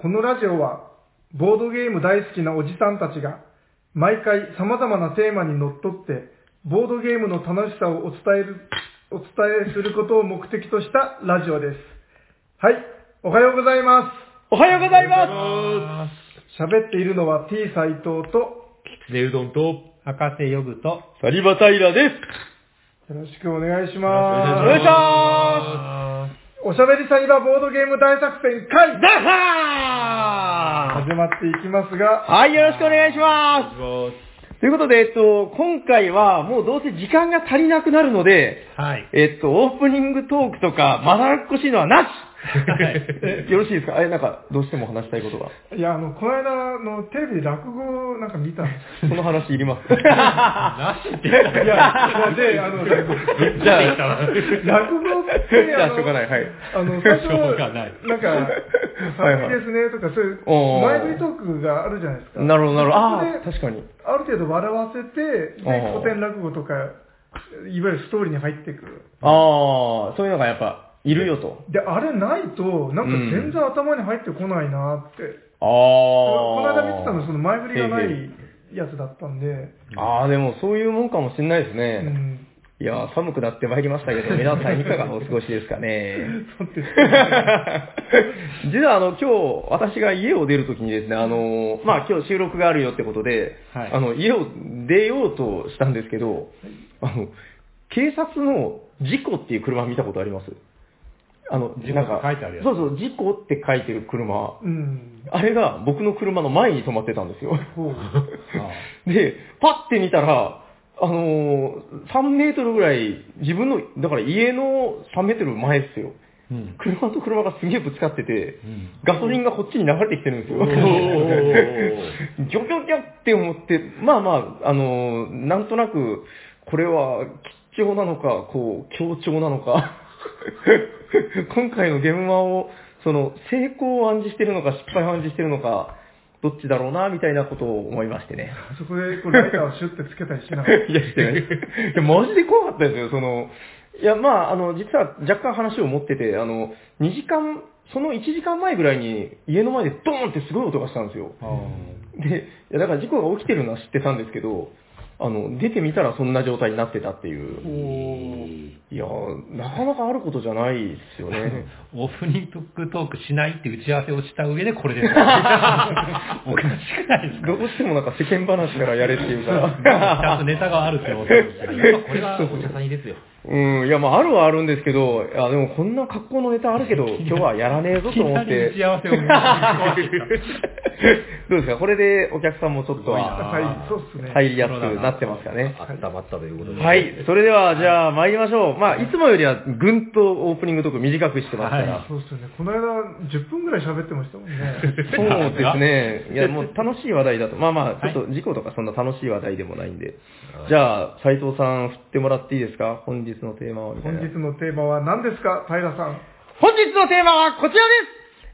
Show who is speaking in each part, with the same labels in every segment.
Speaker 1: このラジオは、ボードゲーム大好きなおじさんたちが、毎回様々なテーマにのっとって、ボードゲームの楽しさをお伝えすることを目的としたラジオです。はい、おはようございます。
Speaker 2: おはようございます。
Speaker 1: 喋っているのは T 斎藤と、
Speaker 3: きつねうどんと、
Speaker 4: 博士ヨグと、
Speaker 2: サリバタイラです。
Speaker 1: よろしくお願いします。
Speaker 2: お願いします。
Speaker 1: おしゃべりサニバボードゲーム大作戦会
Speaker 2: ダッハー
Speaker 1: 始まっていきますが、
Speaker 2: はい、よろしくお願いします。ということで、今回はもうどうせ時間が足りなくなるので、
Speaker 4: はい。
Speaker 2: オープニングトークとか、まだらっこしいのはなしよろしいですか？なんか、どうしても話したいことが。
Speaker 1: いや、この間テレビで落語なんか見たんです
Speaker 2: その話いります
Speaker 4: なしって言ったら。
Speaker 1: いや、で、
Speaker 2: じゃあ、
Speaker 1: 落語って
Speaker 2: じゃあ、しょうがない。はい。
Speaker 1: 最初、
Speaker 4: しょうがない
Speaker 1: なんか、寒いですねとか、そういう前振りトークがあるじゃないですか。
Speaker 2: なるほど、なるほど。ああ、
Speaker 1: そ
Speaker 2: 確かに。
Speaker 1: ある程度笑わせて、で、古典落語とか、いわゆるストーリーに入ってくる。
Speaker 2: ああ、そういうのがやっぱ、いるよと。
Speaker 1: で、あれないと、なんか全然頭に入ってこないなって。
Speaker 2: ああ。
Speaker 1: この間見てたの、その前振りがないやつだったんで。
Speaker 2: ああ、でもそういうもんかもしれないですね。
Speaker 1: うん、
Speaker 2: いや、寒くなってまいりましたけど、皆さんいかがお過ごしですかね。
Speaker 1: そうですね。
Speaker 2: 実は今日、私が家を出るときにですね、まあ今日収録があるよってことで、
Speaker 4: はい、
Speaker 2: 家を出ようとしたんですけど、警察の事故っていう車見たことあります？
Speaker 4: 事故って書いてあるやつ。
Speaker 2: そうそう、事故って書いてる車。
Speaker 1: うん、
Speaker 2: あれが僕の車の前に止まってたんですよ。で、パッて見たら、3メートルぐらい、自分の、だから家の3メートル前ですよ。
Speaker 4: うん、
Speaker 2: 車と車がすげえぶつかってて、
Speaker 4: うん、
Speaker 2: ガソリンがこっちに流れてきてるんですよ。ギョギョギョって思って、まあまあ、なんとなく、これは吉祥なのか、こう、強調なのか、今回の現場を、成功を暗示してるのか、失敗を暗示してるのか、どっちだろうな、みたいなことを思いましてね。
Speaker 1: そこでライターをシュッてつけたりしなかった。
Speaker 2: いや、してない。いや、マジで怖かったですよ、いや、まあ、実は若干話を持ってて、2時間、その1時間前ぐらいに家の前でドーンってすごい音がしたんですよ。で、いや、だから事故が起きてるのは知ってたんですけど、出てみたらそんな状態になってたっていう。いや、なかなかあることじゃないですよね。
Speaker 4: オープニングトークしないって打ち合わせをした上でこれで。おかしくないですか？
Speaker 2: どうしてもなんか世間話からやれっていうから。
Speaker 4: ちゃんとネタがあるって思ってますけど、これがお茶さんですよ。
Speaker 2: いや、まあ、あるはあるんですけど、いや、でもこんな格好のネタあるけど、今日はやらねえぞと思って。
Speaker 4: 打ち合わせを
Speaker 2: どうですか？これでお客さんもちょっとは入りやすくなってますかね。
Speaker 3: あったまったということで。
Speaker 2: はい。それでは、じゃあ参りましょう。まあ、いつもよりはぐんとオープニングトーク短くしてますから。
Speaker 1: そうですよね。この間10分ぐらい喋ってましたもんね。
Speaker 2: そうですね。いや、もう楽しい話題だと。まあまあ、ちょっと事故とかそんな楽しい話題でもないんで。じゃあ、斉藤さん振ってもらっていいですか？本日のテーマはみたいな。
Speaker 1: 本日のテーマは何ですか、平さん。
Speaker 2: 本日のテーマはこちらです。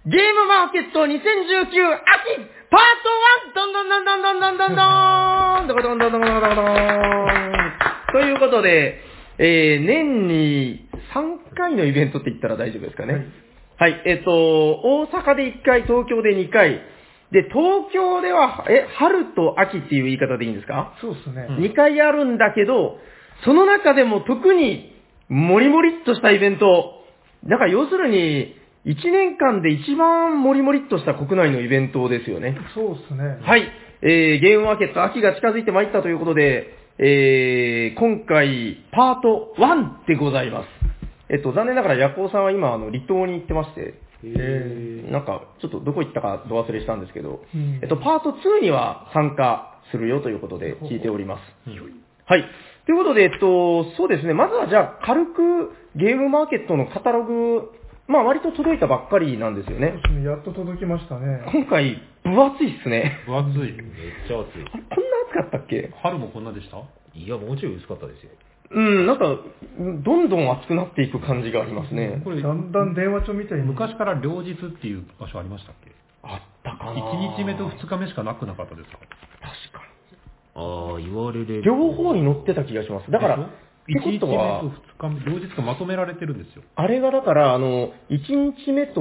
Speaker 2: ゲームマーケット2019秋パート 1! どんどんどんどんどんどんどんどんどんどんどんどんどんどんどんどんということで、年に3回のイベントって言ったら大丈夫ですかね。はい、大阪で1回、東京で2回。で、東京では、春と秋っていう言い方でいいんですか？
Speaker 1: そうですね。
Speaker 2: 2回あるんだけど、その中でも特にモリモリっとしたイベント、だから要するに、1年間で一番モリモリっとした国内のイベントですよね。
Speaker 1: そうですね。
Speaker 2: はい。ゲームマーケット秋が近づいてまいったということで、今回パート1でございます。残念ながらヤコウさんは今離島に行ってまして、なんかちょっとどこ行ったかど忘れしたんですけど、パート2には参加するよということで聞いております。はい。ということで、そうですね、まずはじゃあ軽くゲームマーケットのカタログ、まあ割と届いたばっかりなんですよね。
Speaker 1: そうですね、やっと届きましたね。
Speaker 2: 今回、分厚いっすね。
Speaker 4: 分厚い。
Speaker 3: めっちゃ暑い。
Speaker 2: こんな暑かったっけ？
Speaker 4: 春もこんなでした？
Speaker 3: いや、もうちょい薄かったですよ。
Speaker 2: なんか、どんどん暑くなっていく感じがありますね。
Speaker 4: これ
Speaker 1: だんだん電話帳みたいに。
Speaker 4: 昔から両日っていう場所ありましたっけ？
Speaker 2: あったかな。
Speaker 4: 1日目と2日目しかなくなかったですか？
Speaker 2: 確か
Speaker 3: ああ、言われれ
Speaker 2: に。両方に乗ってた気がします。だから、
Speaker 4: 1日目と2日目、両日がまとめられてるんですよ。
Speaker 2: あれがだから、1日目と2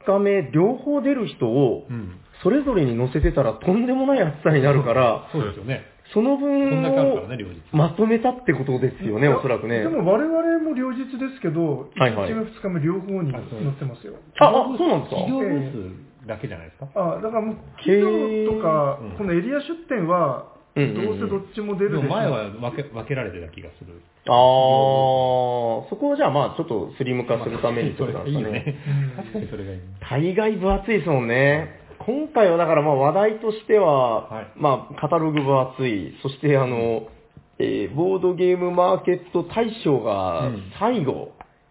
Speaker 2: 日目両方出る人を
Speaker 4: うん。
Speaker 2: それぞれに乗せてたらとんでもない暑さになるから、
Speaker 4: そうですよね。
Speaker 2: その
Speaker 4: こん
Speaker 2: 分
Speaker 4: だけあるから
Speaker 2: を
Speaker 4: ね、両日。
Speaker 2: まとめたってことですよね、おそらくね
Speaker 1: で。も我々も両日ですけど、
Speaker 2: はいはい
Speaker 1: 1日目、2日目両方に乗ってますよ。
Speaker 2: あ、そうなんですか。
Speaker 4: 企業ブースだけじゃないですか。
Speaker 1: あだからもう企業とか
Speaker 4: へー、
Speaker 1: このエリア出店は、ど
Speaker 2: うんうんうん
Speaker 1: うせどっちも出
Speaker 4: で
Speaker 1: るでしょ
Speaker 4: も前は分けられてた気がする。
Speaker 2: あー、そこをじゃあまあちょっとスリム化するためにってことなんですかね。
Speaker 4: いいよね
Speaker 1: うん。
Speaker 4: 確かにそれがいいね。
Speaker 2: 大概分厚いですもんね。今回はだからまあ話題としては、
Speaker 4: はい
Speaker 2: まあカタログ分厚い、そしてボードゲームマーケット大賞が最後、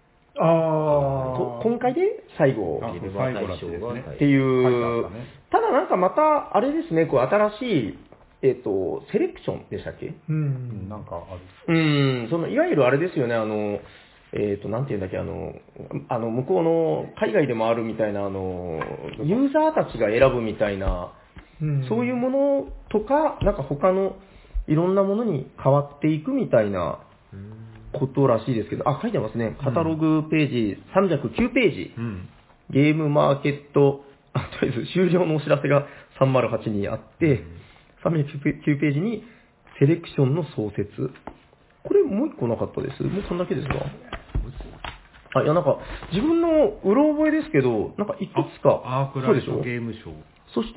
Speaker 2: 今回で最後
Speaker 4: あ
Speaker 3: ゲーム
Speaker 4: 最後
Speaker 3: 大
Speaker 4: らしいですね
Speaker 3: 賞が
Speaker 2: ってい
Speaker 4: 書いてあ
Speaker 2: う
Speaker 4: ったね、
Speaker 2: ただなんかまたあれですね、こう新しい、セレクションでしたっけ
Speaker 1: うん。
Speaker 4: なんかある。
Speaker 2: そのいわゆるあれですよね、なんていうんだっけ、向こうの海外でもあるみたいな、ユーザーたちが選ぶみたいな、
Speaker 1: うん
Speaker 2: そういうものとか、なんか他のいろんなものに変わっていくみたいなことらしいですけど、あ、書いてますね。カタログページ、309ページ。
Speaker 4: うん。
Speaker 2: ゲームマーケット、とりあえず終了のお知らせが308にあって、309ページにセレクションの創設。これもう一個なかったです。もうそんだけですかいやなんか自分のうろ覚えですけど、なんかいくつか、
Speaker 4: アークライト
Speaker 2: そうでしょ
Speaker 4: ゲームショー。
Speaker 2: そして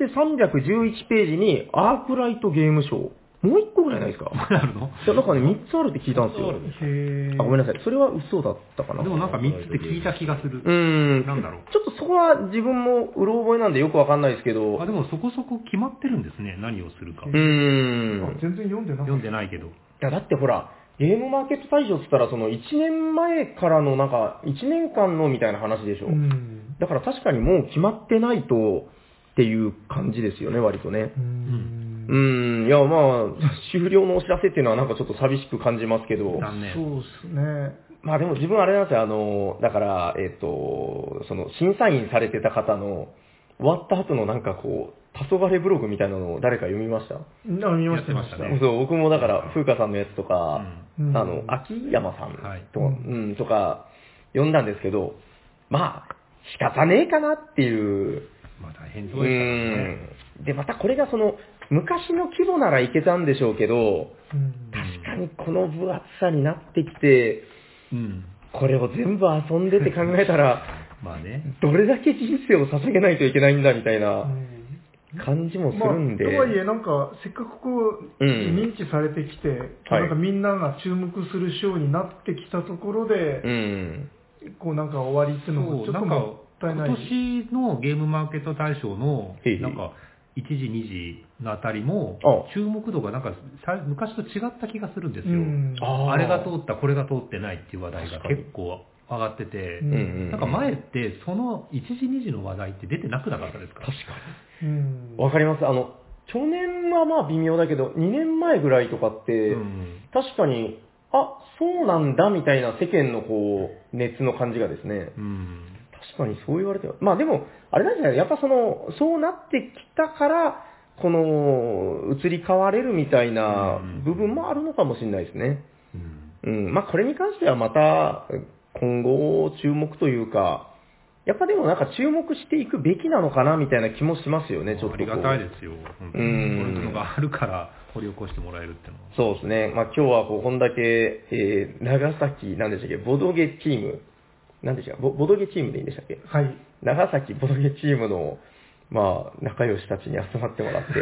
Speaker 2: 311ページにアークライトゲームショー。もう一個ぐらいないですか
Speaker 4: あるの
Speaker 2: いやなんかね、3つあるって聞いたんですよ。
Speaker 1: へー
Speaker 2: ごめんなさい。それは嘘だったかな。
Speaker 4: でもなんか3つって聞いた気がする。なんだろう。
Speaker 2: ちょっとそこは自分もうろ覚えなんでよくわかんないですけど、
Speaker 4: あ、でもそこそこ決まってるんですね。何をするか。
Speaker 1: あ
Speaker 2: い
Speaker 1: 全然読んでなか
Speaker 4: 読ん
Speaker 1: っ
Speaker 4: でないけど。
Speaker 2: やだってほら、ゲームマーケット大賞って言ったら、その1年前からのなんか、1年間のみたいな話でしょ。
Speaker 1: た。うん。
Speaker 2: だから確かにもう決まってないとっていう感じですよね、割とね。いやまあ、終了のお知らせっていうのはなんかちょっと寂しく感じますけど、
Speaker 4: 残念。
Speaker 1: そうですね。
Speaker 2: まあでも自分あれなんですよ、だから、その審査員されてた方の終わった後のなんかこう、黄昏ブログみたいなのを誰か読みました
Speaker 1: 見ました、
Speaker 4: やってましたね
Speaker 2: そう、僕もだから、風花さんのやつとか、
Speaker 1: うん
Speaker 2: 秋山さん
Speaker 4: はい
Speaker 2: と,、とか読んだんですけど、まあ、仕方ねえかなっていう。
Speaker 4: まあ大変そうですからね。
Speaker 2: で、またこれがその、昔の規模ならいけたんでしょうけど、
Speaker 1: うん
Speaker 2: 確かにこの分厚さになってきて、
Speaker 4: うん。
Speaker 2: これを全部遊んでって考えたら、
Speaker 4: まあね。
Speaker 2: どれだけ人生を捧げないといけないんだみたいな
Speaker 1: うん
Speaker 2: 感じもするんで。
Speaker 1: まあ、とはいえ、なんか、せっかくこう、
Speaker 2: うん
Speaker 1: 認知されてきて、
Speaker 2: はい
Speaker 1: なんかみんなが注目する賞になってきたところで、こうなんか終わりっていうのもちょっともったいない。
Speaker 4: 今年のゲームマーケット大賞の
Speaker 2: へいへい、
Speaker 4: なんか、1時、2時のあたりも
Speaker 2: あ、
Speaker 4: 注目度がなんか、昔と違った気がするんですよ。
Speaker 1: うん
Speaker 4: あれが通った、これが通ってないっていう話題が結構上がってて、
Speaker 1: うん
Speaker 4: なんか前って、その1時、2時の話題って出てなくなかったですか
Speaker 2: 確か
Speaker 1: うん
Speaker 2: に。わかります。去年はまあ微妙だけど、2年前ぐらいとかって、確かに、あ、そうなんだみたいな世間のこう、熱の感じがですね、
Speaker 4: うん。
Speaker 2: 確かにそう言われては、まあでも、あれなんじゃないやっぱその、そうなってきたから、この、移り変われるみたいな部分もあるのかもしれないですね。まあこれに関してはまた、今後注目というか、やっぱでもなんか注目していくべきなのかなみたいな気もしますよね、ちょっとこう。
Speaker 4: ありがたいですよ。本当にこういうのがあるから掘り起こしてもらえるっていうのは。
Speaker 2: そうですね。まあ今日はこんだけ、長崎、なんでしたっけ、ボドゲチーム、なんでしたっけ、ボドゲチームでいいんでしたっけ
Speaker 1: はい。
Speaker 2: 長崎ボドゲチームの、まあ、仲良したちに集まってもらって、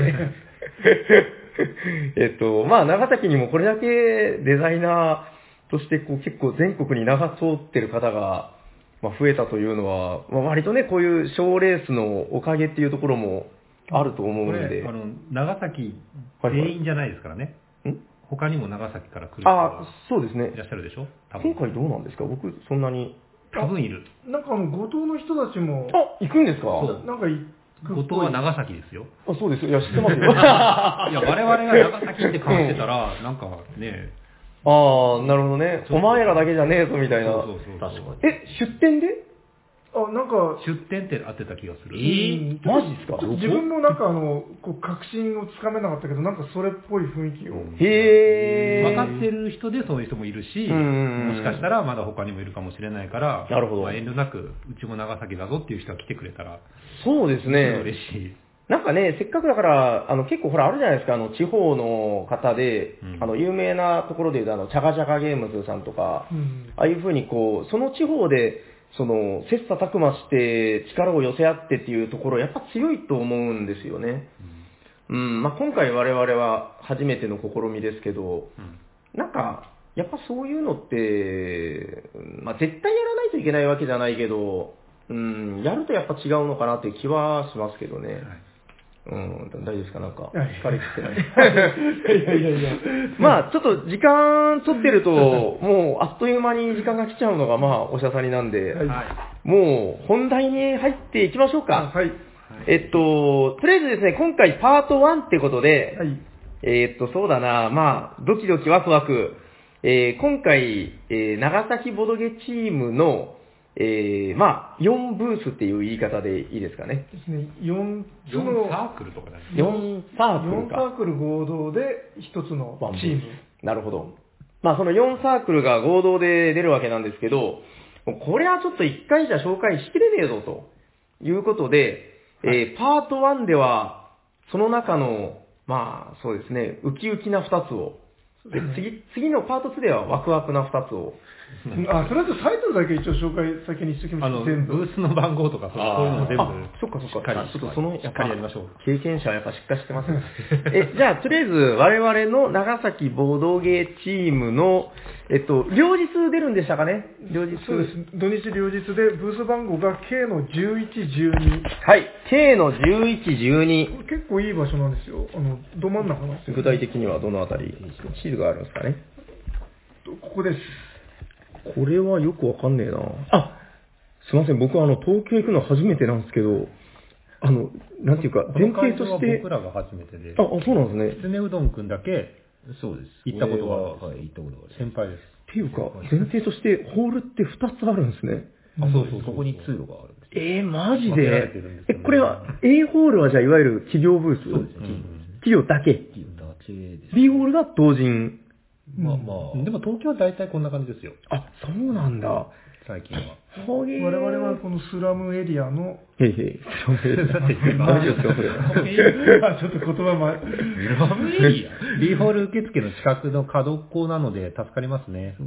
Speaker 2: まあ、長崎にもこれだけデザイナーとして、こう、結構全国に名が通ってる方が、まあ、増えたというのは、まあ、割とね、こういう賞レースのおかげっていうところもあると思うん
Speaker 4: こ
Speaker 2: で。
Speaker 4: れ、長崎全員じゃないですからね。
Speaker 2: ん
Speaker 4: 他にも長崎から来る人
Speaker 2: あ
Speaker 4: が、
Speaker 2: そうですね
Speaker 4: い。らっしゃるでしょ多
Speaker 2: 今
Speaker 4: 分。
Speaker 2: 回どうなんですか僕、そんなに。
Speaker 4: 多分いる。
Speaker 1: なんか後藤の人たちも、
Speaker 2: あ、行くんですか
Speaker 4: そう
Speaker 1: なんか行くっぽい
Speaker 4: 後藤は長崎ですよ。
Speaker 2: あ、そうですよ。いや、知ってますよ。
Speaker 4: いや、我々が長崎って感じてたら、なんかね、
Speaker 2: ああ、なるほどね。お前らだけじゃねえぞ、みたいな。
Speaker 4: そうそうそう。
Speaker 3: 確かに。
Speaker 2: え、出店で
Speaker 1: なんか、
Speaker 4: 出店ってあってた気がする。
Speaker 2: マジですか？
Speaker 1: 自分もなんかこう確信をつかめなかったけど、なんかそれっぽい雰囲気を。
Speaker 2: へー。
Speaker 4: 分かってる人でそういう人もいるし、もしかしたらまだ他にもいるかもしれないから、
Speaker 2: なるほど。
Speaker 4: まあ、遠慮なく、うちも長崎だぞっていう人が来てくれたら、
Speaker 2: そうですね。
Speaker 4: 嬉しい。
Speaker 2: なんかね、せっかくだから、結構ほらあるじゃないですか、地方の方で、有名なところで言うと、チャガチャガゲームズさんとか、ああいうふうにこう、その地方で、切磋琢磨して力を寄せ合ってっていうところ、やっぱ強いと思うんですよね。まあ今回我々は初めての試みですけど、なんか、やっぱそういうのって、まあ絶対やらないといけないわけじゃないけど、やるとやっぱ違うのかなっていう気はしますけどね。大丈夫ですかなんか、疲れてない。いや。まあ、ちょっと時間取ってると、もうあっという間に時間が来ちゃうのが、まあ、おしゃさになんで、もう本題に入っていきましょうか。とりあえずですね、今回パート1ってことで、そうだな、まあ、ドキドキワクワク、今回、長崎ボドゲチームの、まあ、4ブースっていう言い方でいいですかね。
Speaker 1: ですね。4
Speaker 4: サークルとかだね。
Speaker 2: 4サークルか。
Speaker 1: 4サークル合同で1つのチーム。
Speaker 2: なるほど。まあ、その4サークルが合同で出るわけなんですけど、これはちょっと1回じゃ紹介しきれねえぞということで、パート1では、その中の、まあ、そうですね、ウキウキな2つを、で次のパート2ではワクワクな2つを。
Speaker 1: それだとタイトルだけ一応紹介先にしておきましょう。全部。
Speaker 4: ブースの番号とかそういうのも全部。
Speaker 2: そっか。
Speaker 4: しっかり
Speaker 2: ちょっとその、
Speaker 4: しっかりやりましょう。
Speaker 2: 経験者はやっぱしっかりしてます。じゃあ、とりあえず、我々の長崎ボードゲーチームの、両日出るんでしたかね？両日。
Speaker 1: そうです。土日両日で、ブース番号が K の1112。
Speaker 2: はい。K の1112。
Speaker 1: 結構いい場所なんですよ。ど真ん中なんですよ。
Speaker 2: 具体的にはどのあたり？地図があるんですかね？
Speaker 1: ここです。
Speaker 2: これはよくわかんねえな。すいません。僕は東京行くの初めてなんですけど、なんていうか、前提として。
Speaker 4: 僕らが初めてで。
Speaker 2: そうなんですね。
Speaker 4: きつねうどんくんだけ、
Speaker 3: そうです。
Speaker 4: 行ったことが、
Speaker 3: はい、行ったことがある。
Speaker 4: 先輩です。
Speaker 2: っていうか、前提としてホールって2つあるんですね。
Speaker 3: そう。そこに通路があるんです。
Speaker 2: マジで。これは、A ホールはじゃあいわゆる企業ブース？
Speaker 3: そうですね。
Speaker 2: 企業だけ。
Speaker 3: 企業だけです。
Speaker 2: B ホールが同人。
Speaker 4: まあ。でも東京は大体こんな感じですよ。
Speaker 2: そうなんだ。
Speaker 4: 最近は。
Speaker 1: 我々はこのスラムエリアの、
Speaker 2: スラムエリア。大丈夫ですかこれ。
Speaker 1: ちょっと言葉前。
Speaker 4: スラムエリア？B ホール受付の近くの角っこなので助かりますね。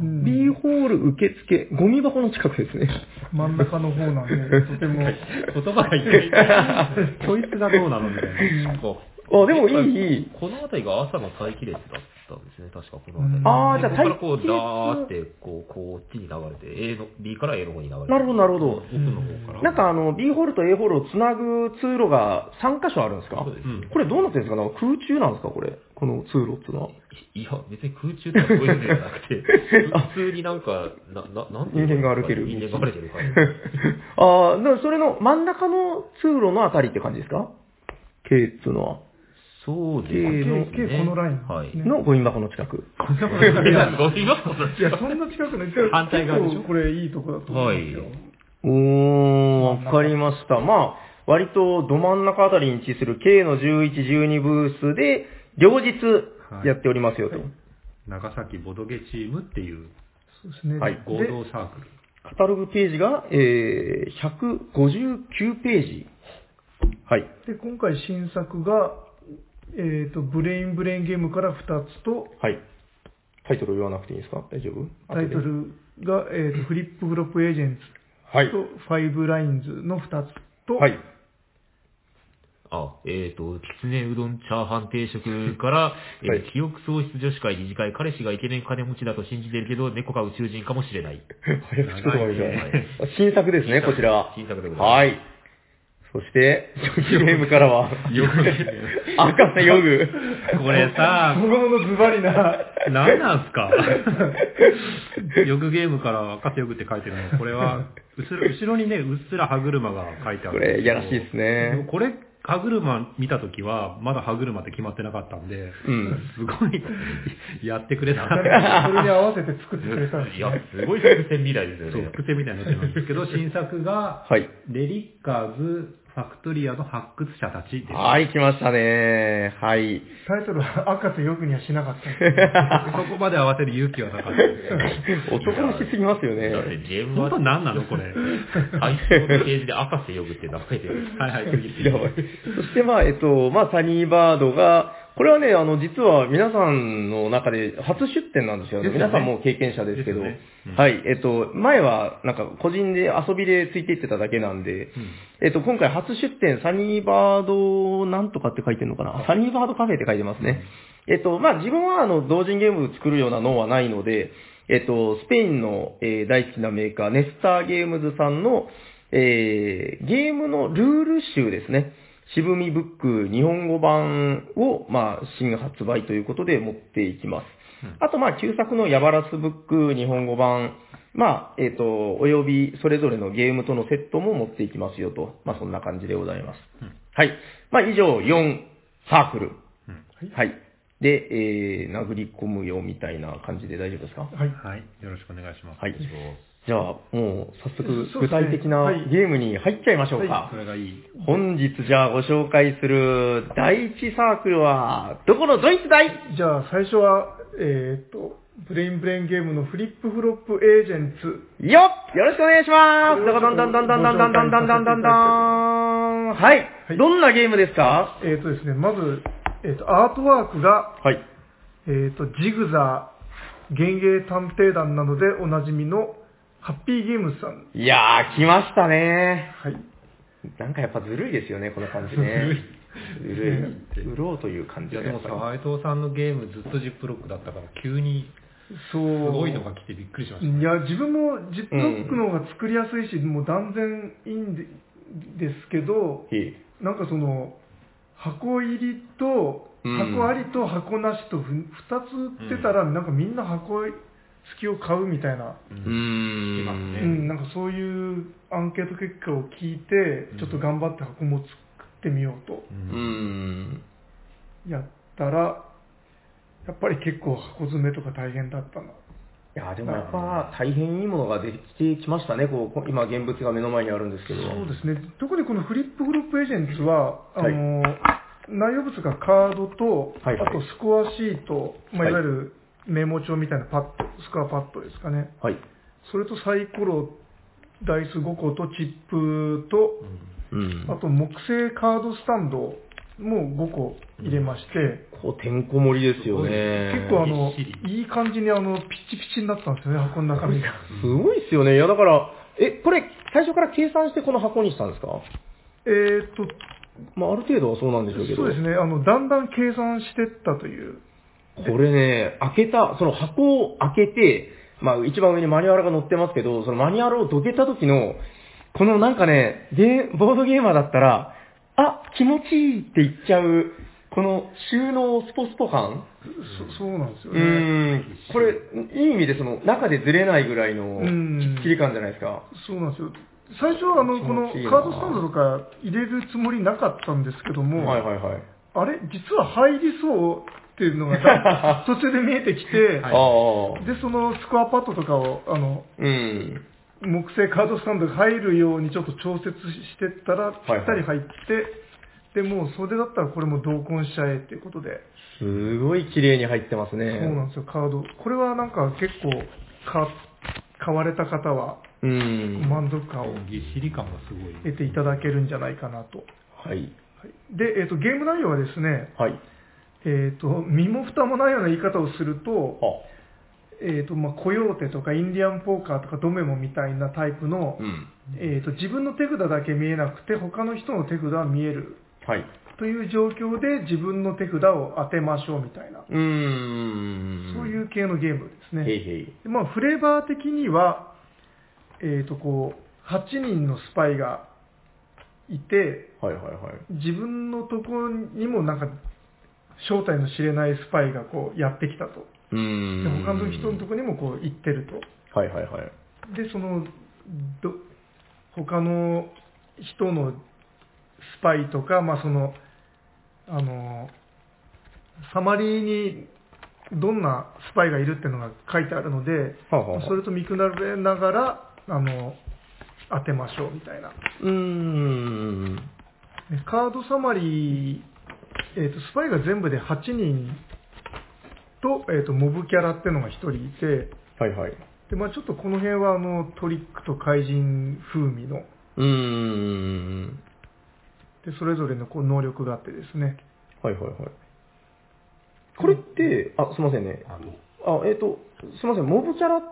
Speaker 2: B ホール受付、ゴミ箱の近くですね。
Speaker 1: 真ん中の方なんで、とても。
Speaker 4: 言葉がいい。教育がどうなのみたいな。
Speaker 2: でもいい。
Speaker 3: この辺りが朝の待機列だったんですね、確かこの辺り。じゃあここからこう、ダーって、こっちに流れて、B から A の方に流れて。
Speaker 2: なるほど。
Speaker 3: 奥の方から。
Speaker 2: なんかB ホールと A ホールをつなぐ通路が3箇所あるんですか？
Speaker 3: そうです。
Speaker 2: これどうなってるんですか？空中なんですかこれ。この通路っていうのは。
Speaker 3: いや、別に空中とかそういうのじゃなくて、普通になんか、なんていう
Speaker 2: 人間が歩ける。
Speaker 3: 人間が歩けてる感じ。
Speaker 2: だからそれの真ん中の通路のあたりって感じですか？K っていうのは。
Speaker 3: そうですね。
Speaker 1: K このライン。
Speaker 3: はい。
Speaker 2: のゴミ箱の近く。
Speaker 3: いや、ゴミ箱の
Speaker 1: いや、そんな近くない。
Speaker 4: 反対側でしょ？
Speaker 1: これいいとこだと思うんですよ。
Speaker 2: わかりました。まあ、割とど真ん中あたりに位置する K の11、12ブースで、両日やっておりますよと。
Speaker 4: 長崎ボドゲチームっていう、
Speaker 1: そうですね。
Speaker 4: 合同サークル。
Speaker 2: カタログページが、159ページ。はい。
Speaker 1: で、今回新作が、ブレインゲームから2つと、
Speaker 2: はい。タイトル言わなくていいですか？大丈夫？
Speaker 1: タイトルが、フリップフロップエージェンツと、ファイブラインズの2つと、
Speaker 2: はい。
Speaker 3: きつねうどんチャーハン定食から、記憶喪失女子会理事会、彼氏がイケメン金持ちだと信じてるけど、猫か宇宙人かもしれない。
Speaker 2: 早口言葉みたい。新作ですね、こちら。
Speaker 3: 新作でございます。
Speaker 2: はい。そして、初期ゲームからは、赤瀬ヨグ。
Speaker 4: これさ、
Speaker 1: このズバリな。
Speaker 4: 何なんすかヨグゲームから赤瀬ヨグって書いてるの。これは、後ろにね、うっすら歯車が書いてある。
Speaker 2: これ、やらしいですね。
Speaker 4: これ、 歯車見たときは、まだ歯車って決まってなかったんで、すごい、やってくれた。
Speaker 1: それに合わせて作ってくれたんです
Speaker 3: いや、すごい伏線みたいですよ
Speaker 4: そう、
Speaker 3: ね。
Speaker 4: 伏線みたいになってるんですけど、新作が、
Speaker 2: はい。
Speaker 4: レリッカーズ・ファクトリアの発掘者たちです。
Speaker 2: はい、来ましたね。はい。
Speaker 1: タイトルは赤瀬よくにはしなかったんです
Speaker 4: そこまで合わせる勇気はなかったです。
Speaker 2: 男らしすぎますよね。
Speaker 3: だってゲームは
Speaker 4: 本当何なのこれ。
Speaker 3: 最初のページで赤瀬呼ぶって名前で。
Speaker 4: はいはい、次。
Speaker 2: やばい。そして、サニーバードが、これはね、実は皆さんの中で初出展なんですよね。
Speaker 4: ですよね
Speaker 2: 皆さんもう経験者ですけど。
Speaker 4: ですよね
Speaker 2: はい。前は、なんか、個人で遊びでついていってただけなんで、今回初出展、サニーバードなんとかって書いてるのかな、サニーバードカフェって書いてますね。自分は同人ゲーム作るような脳はないので、スペインの、大好きなメーカー、ネスターゲームズさんの、ゲームのルール集ですね。渋みブック日本語版を、新発売ということで持っていきます。あと、旧作のヤバラスブック日本語版、およびそれぞれのゲームとのセットも持っていきますよと。そんな感じでございます。はい。以上、4サークル。はい。で、殴り込むよみたいな感じで大丈夫ですか？
Speaker 1: はい。
Speaker 4: はい、よろしくお願いします。
Speaker 2: はい。じゃあ、もう早速、
Speaker 1: そうですね
Speaker 2: 具体的な
Speaker 1: はい
Speaker 2: ゲームに入っちゃいましょうか。
Speaker 4: それがいい。
Speaker 2: 本日じゃあご紹介する第一サークルは、どこのドイツだい？
Speaker 1: じゃあ最初は、ブレインゲームのフリップフロップエージェンツ。
Speaker 2: よっよろしくお願いします
Speaker 1: これを
Speaker 2: だんだんだんだんだんだんだんだんだんだんだんはい。
Speaker 1: はい
Speaker 2: どんなゲームですか？
Speaker 1: ですね、まず、アートワークが、
Speaker 2: はい。
Speaker 1: ジグザー、幻影探偵団などでおなじみのハッピーゲームズさん。
Speaker 2: いやー、来ましたね。
Speaker 1: はい。
Speaker 2: なんかやっぱずるいですよね、この感じね。ずるい。売ろうという感
Speaker 4: いや、
Speaker 2: じがやっぱり
Speaker 4: でもさ、斉藤さんのゲームずっとジップロックだったから、急に
Speaker 1: そう。
Speaker 4: すごいのが来てびっくりしました。
Speaker 1: いや、自分もジップロックの方が作りやすいし、もう断然いいんですけど、なんかその、箱入りと、箱ありと箱なしと2つ売ってたら、なんかみんな箱付きを買うみたいな、なんかそういうアンケート結果を聞いて、ちょっと頑張って箱も作ってみようと、やったら、やっぱり結構箱詰めとか大変だったな。
Speaker 2: いや、でもやっぱ大変いいものができてきましたね。今現物が目の前にあるんですけど。
Speaker 1: そうですね。特にこのフリップフロップエージェンツは、内容物がカードと、
Speaker 2: はいはい
Speaker 1: あとスコアシート、い
Speaker 2: はい
Speaker 1: わゆるメモ帳みたいなパッド、スコアパッドですかね。
Speaker 2: はい。
Speaker 1: それとサイコロ、ダイス5個とチップと、あと木製カードスタンドも5個入れまして、
Speaker 2: てんこ盛りですよね。
Speaker 1: 結構いい感じにピッチピチになったんですよね、箱の中身が。
Speaker 2: すごいですよね。いや、だから、これ、最初から計算してこの箱にしたんですか？ある程度はそうなんでしょうけど。
Speaker 1: そうですね、だんだん計算してったという。
Speaker 2: これね、その箱を開けて、一番上にマニュアルが載ってますけど、そのマニュアルをどけた時の、このなんかね、ボードゲーマーだったら、気持ちいいって言っちゃう、この収納スポスポ感。
Speaker 1: そうなんですよね。
Speaker 2: これ、いい意味でその中でずれないぐらいのきっちり感じゃないですか。
Speaker 1: そうなんですよ。最初はこのカードスタンドとか入れるつもりなかったんですけども、
Speaker 2: あれ
Speaker 1: 実は入りそうっていうのが途中で見えてきて、で、そのスコアパッドとかを、木製カードスタンドが入るようにちょっと調節してったら、ぴったり入って、で、もうそれだったらこれも同梱しちゃえっていうことで。
Speaker 2: すごい綺麗に入ってますね。
Speaker 1: そうなんですよ、カード。これはなんか結構買われた方は、満足感を
Speaker 4: ぎっしり感がすごい
Speaker 1: 得ていただけるんじゃないかなと。
Speaker 2: はい。
Speaker 1: で、ゲーム内容はですね、
Speaker 2: はい。
Speaker 1: 身も蓋もないような言い方をすると、コヨーテとかインディアンポーカーとかドメモみたいなタイプの、自分の手札だけ見えなくて、他の人の手札は見える。という状況で自分の手札を当てましょうみたいな。そういう系のゲームですね。フレーバー的には、8人のスパイがいて、自分のところにもなんか正体の知れないスパイがやってきたと。で他の人のところにも行ってると。で、他の人のスパイとか、まあその、サマリーにどんなスパイがいるっていうのが書いてあるので、
Speaker 2: はあはあはあ
Speaker 1: それと見比べながら、当てましょうみたいな。カードサマリー、スパイが全部で8人と、モブキャラっていうのが1人いて、
Speaker 2: はいはい。
Speaker 1: で、まあちょっとこの辺はトリックと怪人風味の、で、それぞれのこう能力があってですね。
Speaker 2: はいはいはい。これって、すいませんね。すいません、モブキャラって、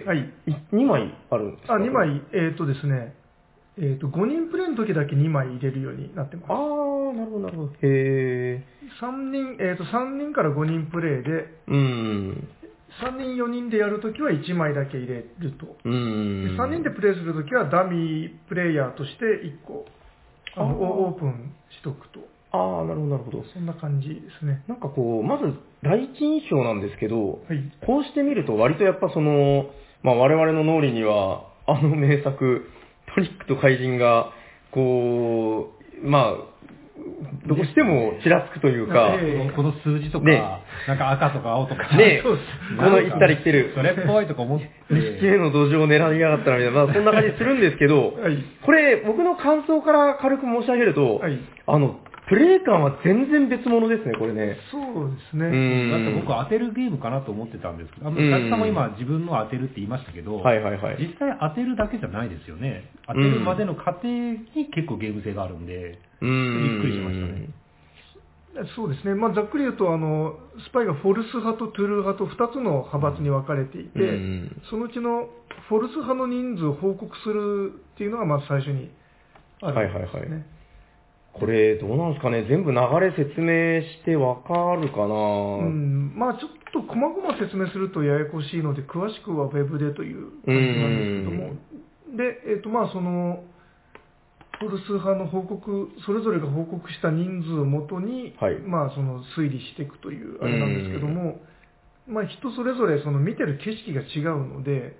Speaker 1: はい
Speaker 2: 2枚あるんですか
Speaker 1: 2枚、ですね、5人プレイの時だけ2枚入れるようになってます。
Speaker 2: なるほどなるほど。へ
Speaker 1: 3人、3人から5人プレイで、3人4人でやるときは1枚だけ入れると。で3人でプレイするときはダミープレイヤーとして1個、オープンしとくと。
Speaker 2: なるほどなるほど。
Speaker 1: そんな感じですね。
Speaker 2: なんかこう、まず第一印象なんですけど、
Speaker 1: はい。
Speaker 2: こうしてみると割とやっぱその、まあ我々の脳裏には、名作、トリックと怪人が、こう、まあ、どうしてもちらつくというか、
Speaker 4: この数字とか、
Speaker 2: ね
Speaker 4: なんか赤とか青とか、
Speaker 2: ね
Speaker 1: そうです
Speaker 2: この行ったり来てる、
Speaker 4: それっぽいとか思って、
Speaker 2: 2匹目の土壌を狙いやがったらみたいな、まあそんな感じするんですけど、
Speaker 1: はい。
Speaker 2: これ僕の感想から軽く申し上げると、
Speaker 1: はい。
Speaker 2: プレイ感は全然別物ですね、これね。
Speaker 1: そうです
Speaker 2: う
Speaker 1: ね。
Speaker 4: だって
Speaker 2: ん。
Speaker 4: 僕当てるゲームかなと思ってたんですけど、
Speaker 2: ん
Speaker 4: 斉藤さんも今自分の当てるって言いましたけど、
Speaker 2: はいはいはい。
Speaker 4: 実際当てるだけじゃないですよね。当てるまでの過程に結構ゲーム性があるんで、びっくりしましたね。
Speaker 1: そうですね。まあざっくり言うと、スパイがフォルス派とトゥルー派と2つの派閥に分かれていて、そのうちのフォルス派の人数を報告するっていうのがまず最初にあるんですね。
Speaker 2: はいはいはいこれ、どうなんですかね、全部流れ説明してわかるかな、
Speaker 1: まあちょっと細々説明するとややこしいので、詳しくはウェブでという感じなんですけども、で、まあその、フォルス派の報告、それぞれが報告した人数をもとに、
Speaker 2: はい
Speaker 1: まあその推理していくというあれなんですけども、まあ人それぞれその見てる景色が違うので、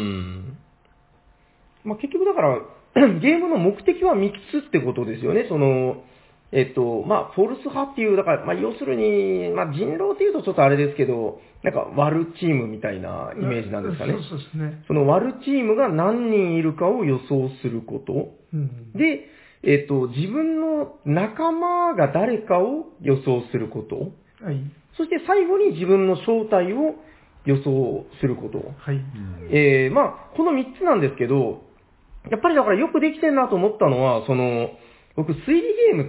Speaker 2: まあ結局だから、ゲームの目的は3つってことですよね。その、まあ、フォルス派っていう、だから、まあ、要するに、まあ、人狼っていうとちょっとあれですけど、なんか、割るチームみたいなイメージなんですかね。
Speaker 1: そうですね。
Speaker 2: その割るチームが何人いるかを予想すること。で、自分の仲間が誰かを予想すること。
Speaker 1: はい。
Speaker 2: そして最後に自分の正体を予想すること。
Speaker 1: はい。
Speaker 2: まあ、この3つなんですけど、やっぱりだからよくできてんなと思ったのは、僕推理ゲームって、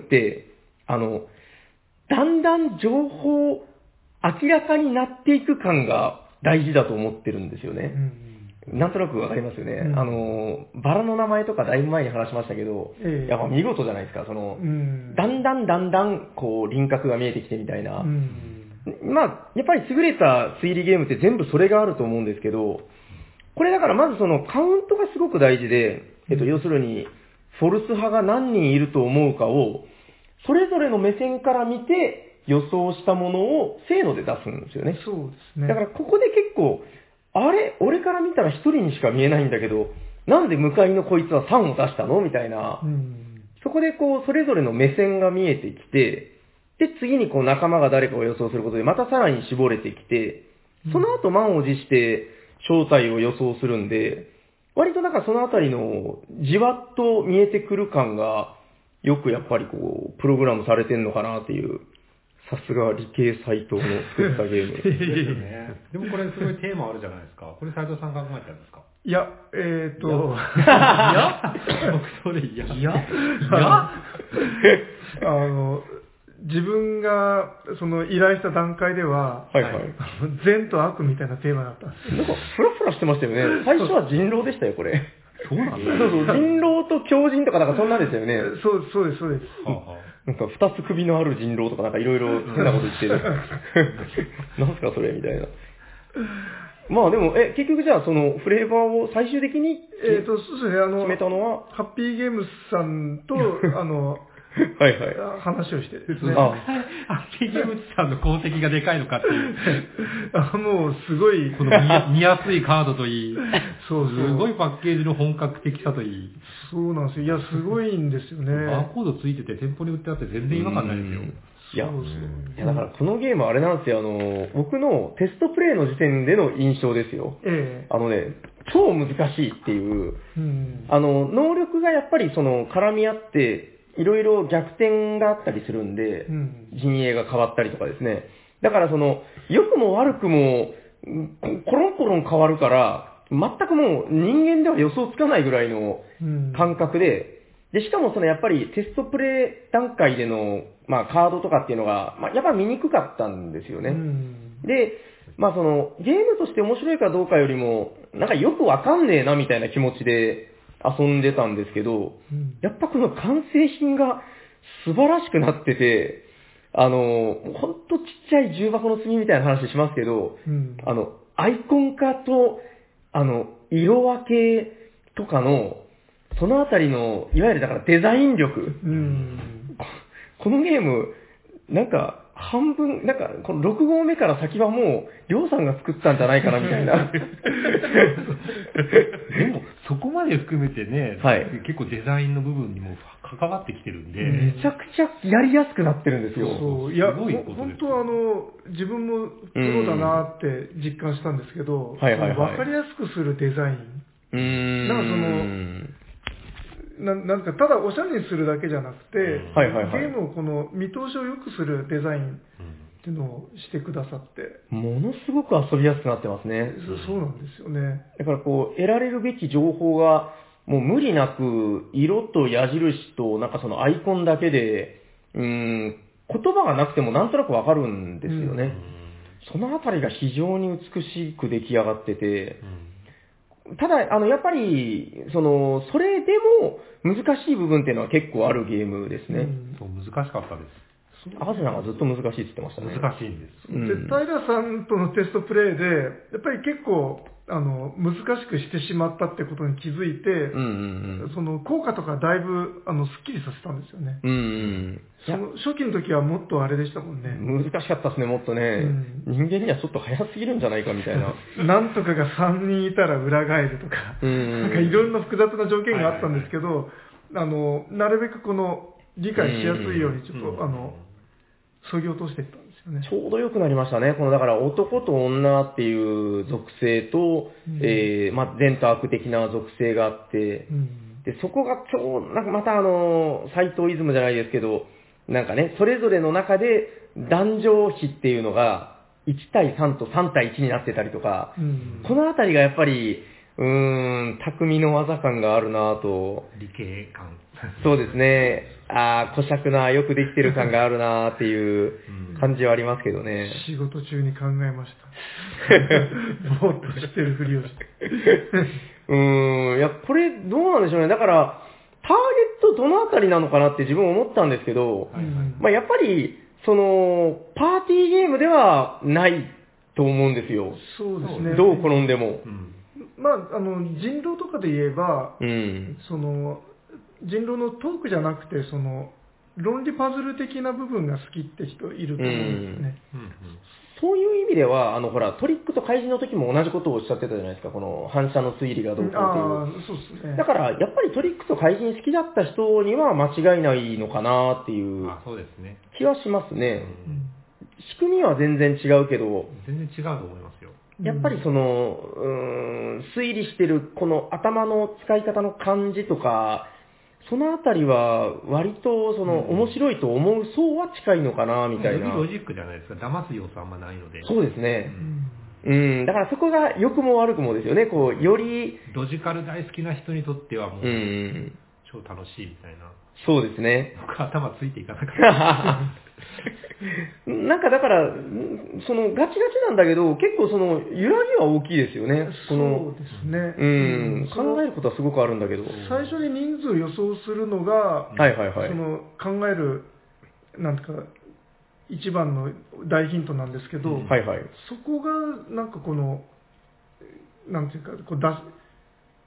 Speaker 2: だんだん情報明らかになっていく感が大事だと思ってるんですよね。なんとなくわかりますよね。バラの名前とかだいぶ前に話しましたけど、やっぱ見事じゃないですか。だんだん、こう、輪郭が見えてきてみたいな。まあ、やっぱり優れた推理ゲームって全部それがあると思うんですけど、これだからまずそのカウントがすごく大事で、要するに、フォルス派が何人いると思うかを、それぞれの目線から見て予想したものをせーので出すんですよね。
Speaker 1: そうですね。
Speaker 2: だからここで結構、あれ俺から見たら1人にしか見えないんだけど、なんで向かいのこいつは3を出したのみたいな。そこでこう、それぞれの目線が見えてきて、で、次にこう仲間が誰かを予想することで、またさらに絞れてきて、その後満を持して正体を予想するんで、割となんかそのあたりのじわっと見えてくる感が、よくやっぱりこう、プログラムされてんのかなっていう、さすが理系サイトの作ったゲーム。
Speaker 4: ですよね。でもこれすごいテーマあるじゃないですか。これ斉藤さん考えたんですか？
Speaker 1: いや、
Speaker 4: いや僕それいや
Speaker 1: 自分がその依頼した段階では、
Speaker 2: はいはい。
Speaker 1: 善と悪みたいなテーマだったんですよ。
Speaker 2: なんか、フラフラしてましたよね。最初は人狼でしたよ、これ。
Speaker 4: そうなんだ。
Speaker 2: そうそう、人狼と狂人とかなんかそんなんですよね。
Speaker 1: そうです。
Speaker 2: なんか二つ首のある人狼とかなんかいろいろ変なこと言ってる。なんすかそれみたいな。まあでも、結局じゃあそのフレーバーを最終的に
Speaker 1: そうですね、
Speaker 2: 決めたのは、
Speaker 1: ハッピーゲームズさんと、
Speaker 2: はいはい。
Speaker 1: 話をしてですね。
Speaker 4: RPG ムチさんの功績がでかいのかっていう。
Speaker 1: もうすごい、
Speaker 4: この見やすいカードといい、
Speaker 1: そうそう
Speaker 4: すごいパッケージの本格的さといい、
Speaker 1: そうなんですよ。いや、すごいんですよね。
Speaker 4: バーコードついてて店舗に売ってあって全然違和感ないですよ。
Speaker 2: いや、
Speaker 1: そうそう
Speaker 2: いやだからこのゲームあれなんですよ、僕のテストプレイの時点での印象ですよ。
Speaker 1: ええ。
Speaker 2: 超難しいっていう、能力がやっぱり絡み合って、いろいろ逆転があったりするんで、陣営が変わったりとかですね。だから良くも悪くも、コロンコロン変わるから、全くもう人間では予想つかないぐらいの感覚で、しかもやっぱりテストプレイ段階での、カードとかっていうのが、やっぱ見にくかったんですよね。で、ゲームとして面白いかどうかよりも、なんかよくわかんねえなみたいな気持ちで遊んでたんですけど、やっぱこの完成品が素晴らしくなってて、ほんとちっちゃい重箱の隅みたいな話しますけど、アイコン化と、色分けとかの、そのあたりの、いわゆるだからデザイン力。このゲーム、なんか、半分、なんか、この6号目から先はもう、りょうさんが作ったんじゃないかな、みたいな。
Speaker 4: でも、そこまで含めてね、結構デザインの部分にも関わってきてるんで。
Speaker 2: めちゃくちゃやりやすくなってるんですよ。
Speaker 1: そう、いや、本当自分もプロだなって実感したんですけど、わかりやすくするデザイン。なんかただおしゃれにするだけじゃなくて、ゲームをこの見通しを良くするデザインっていうのをしてくださって。
Speaker 2: ものすごく遊びやすくなってますね。
Speaker 1: そうなんですよね。
Speaker 2: だから得られるべき情報が、もう無理なく、色と矢印と、なんかアイコンだけで、言葉がなくてもなんとなくわかるんですよね。そのあたりが非常に美しく出来上がってて、ただ、やっぱり、それでも難しい部分っていうのは結構あるゲームですね。
Speaker 4: そう、難しかったです。
Speaker 2: 赤瀬さんがずっと難しいって言ってましたね。
Speaker 4: 難しいんです。
Speaker 1: で、平さんとのテストプレイで、やっぱり結構、難しくしてしまったってことに気づいて、その効果とかだいぶ、スッキリさせたんですよね。初期の時はもっとあれでしたもんね。
Speaker 2: 難しかったですね、もっとね。人間にはちょっと早すぎるんじゃないかみたいな。
Speaker 1: なんとかが3人いたら裏返るとか、なんかいろんな複雑な条件があったんですけど、なるべく理解しやすいようにちょっと、削ぎ落としていったんですよね。
Speaker 2: ちょうど良くなりましたね。だから男と女っていう属性と、善と悪的な属性があって、で、そこがなんかまた斎藤イズムじゃないですけど、なんかね、それぞれの中で男女比っていうのが1対3と3対1になってたりとか、このあたりがやっぱり、匠の技感があるなぁと。
Speaker 4: 理系感。
Speaker 2: そうですね。古尺な、よくできてる感があるなっていう感じはありますけどね。
Speaker 1: 仕事中に考えました。ぼーっとしてるふりをして。
Speaker 2: いや、これどうなんでしょうね。だから、ターゲットどのあたりなのかなって自分思ったんですけど、やっぱり、パーティーゲームではないと思うんですよ。
Speaker 1: そうですね。
Speaker 2: どう転んでも。
Speaker 1: 人狼とかで言えば、人狼のトークじゃなくて、論理パズル的な部分が好きって人いると思うんですね。
Speaker 2: そういう意味では、ほら、トリックと怪人の時も同じことをおっしゃってたじゃないですか、この反射の推理がどうこうっていう。
Speaker 1: そうですね。
Speaker 2: だから、やっぱりトリックと怪人好きだった人には間違いないのかなっていう気はしますね。仕組みは全然違うけど、
Speaker 4: 全然違うと思いますよ。
Speaker 2: やっぱり推理してるこの頭の使い方の感じとか、そのあたりは割と面白いと思う層は近いのかなみたいな。
Speaker 4: ロジックじゃないですか。騙す要素あんまないので。
Speaker 2: そうですね。だからそこが良くも悪くもですよね。より
Speaker 4: ロジカル大好きな人にとってはもう超楽しいみたいな。
Speaker 2: そうですね。
Speaker 4: 僕頭ついていかなかった。
Speaker 2: なんかだから、ガチガチなんだけど、結構揺らぎは大きいですよね。
Speaker 1: そうですね。
Speaker 2: 考えることはすごくあるんだけど。
Speaker 1: 最初に人数を予想するのが、考える、なんか、一番の大ヒントなんですけど、そこが、なんかなんていうか、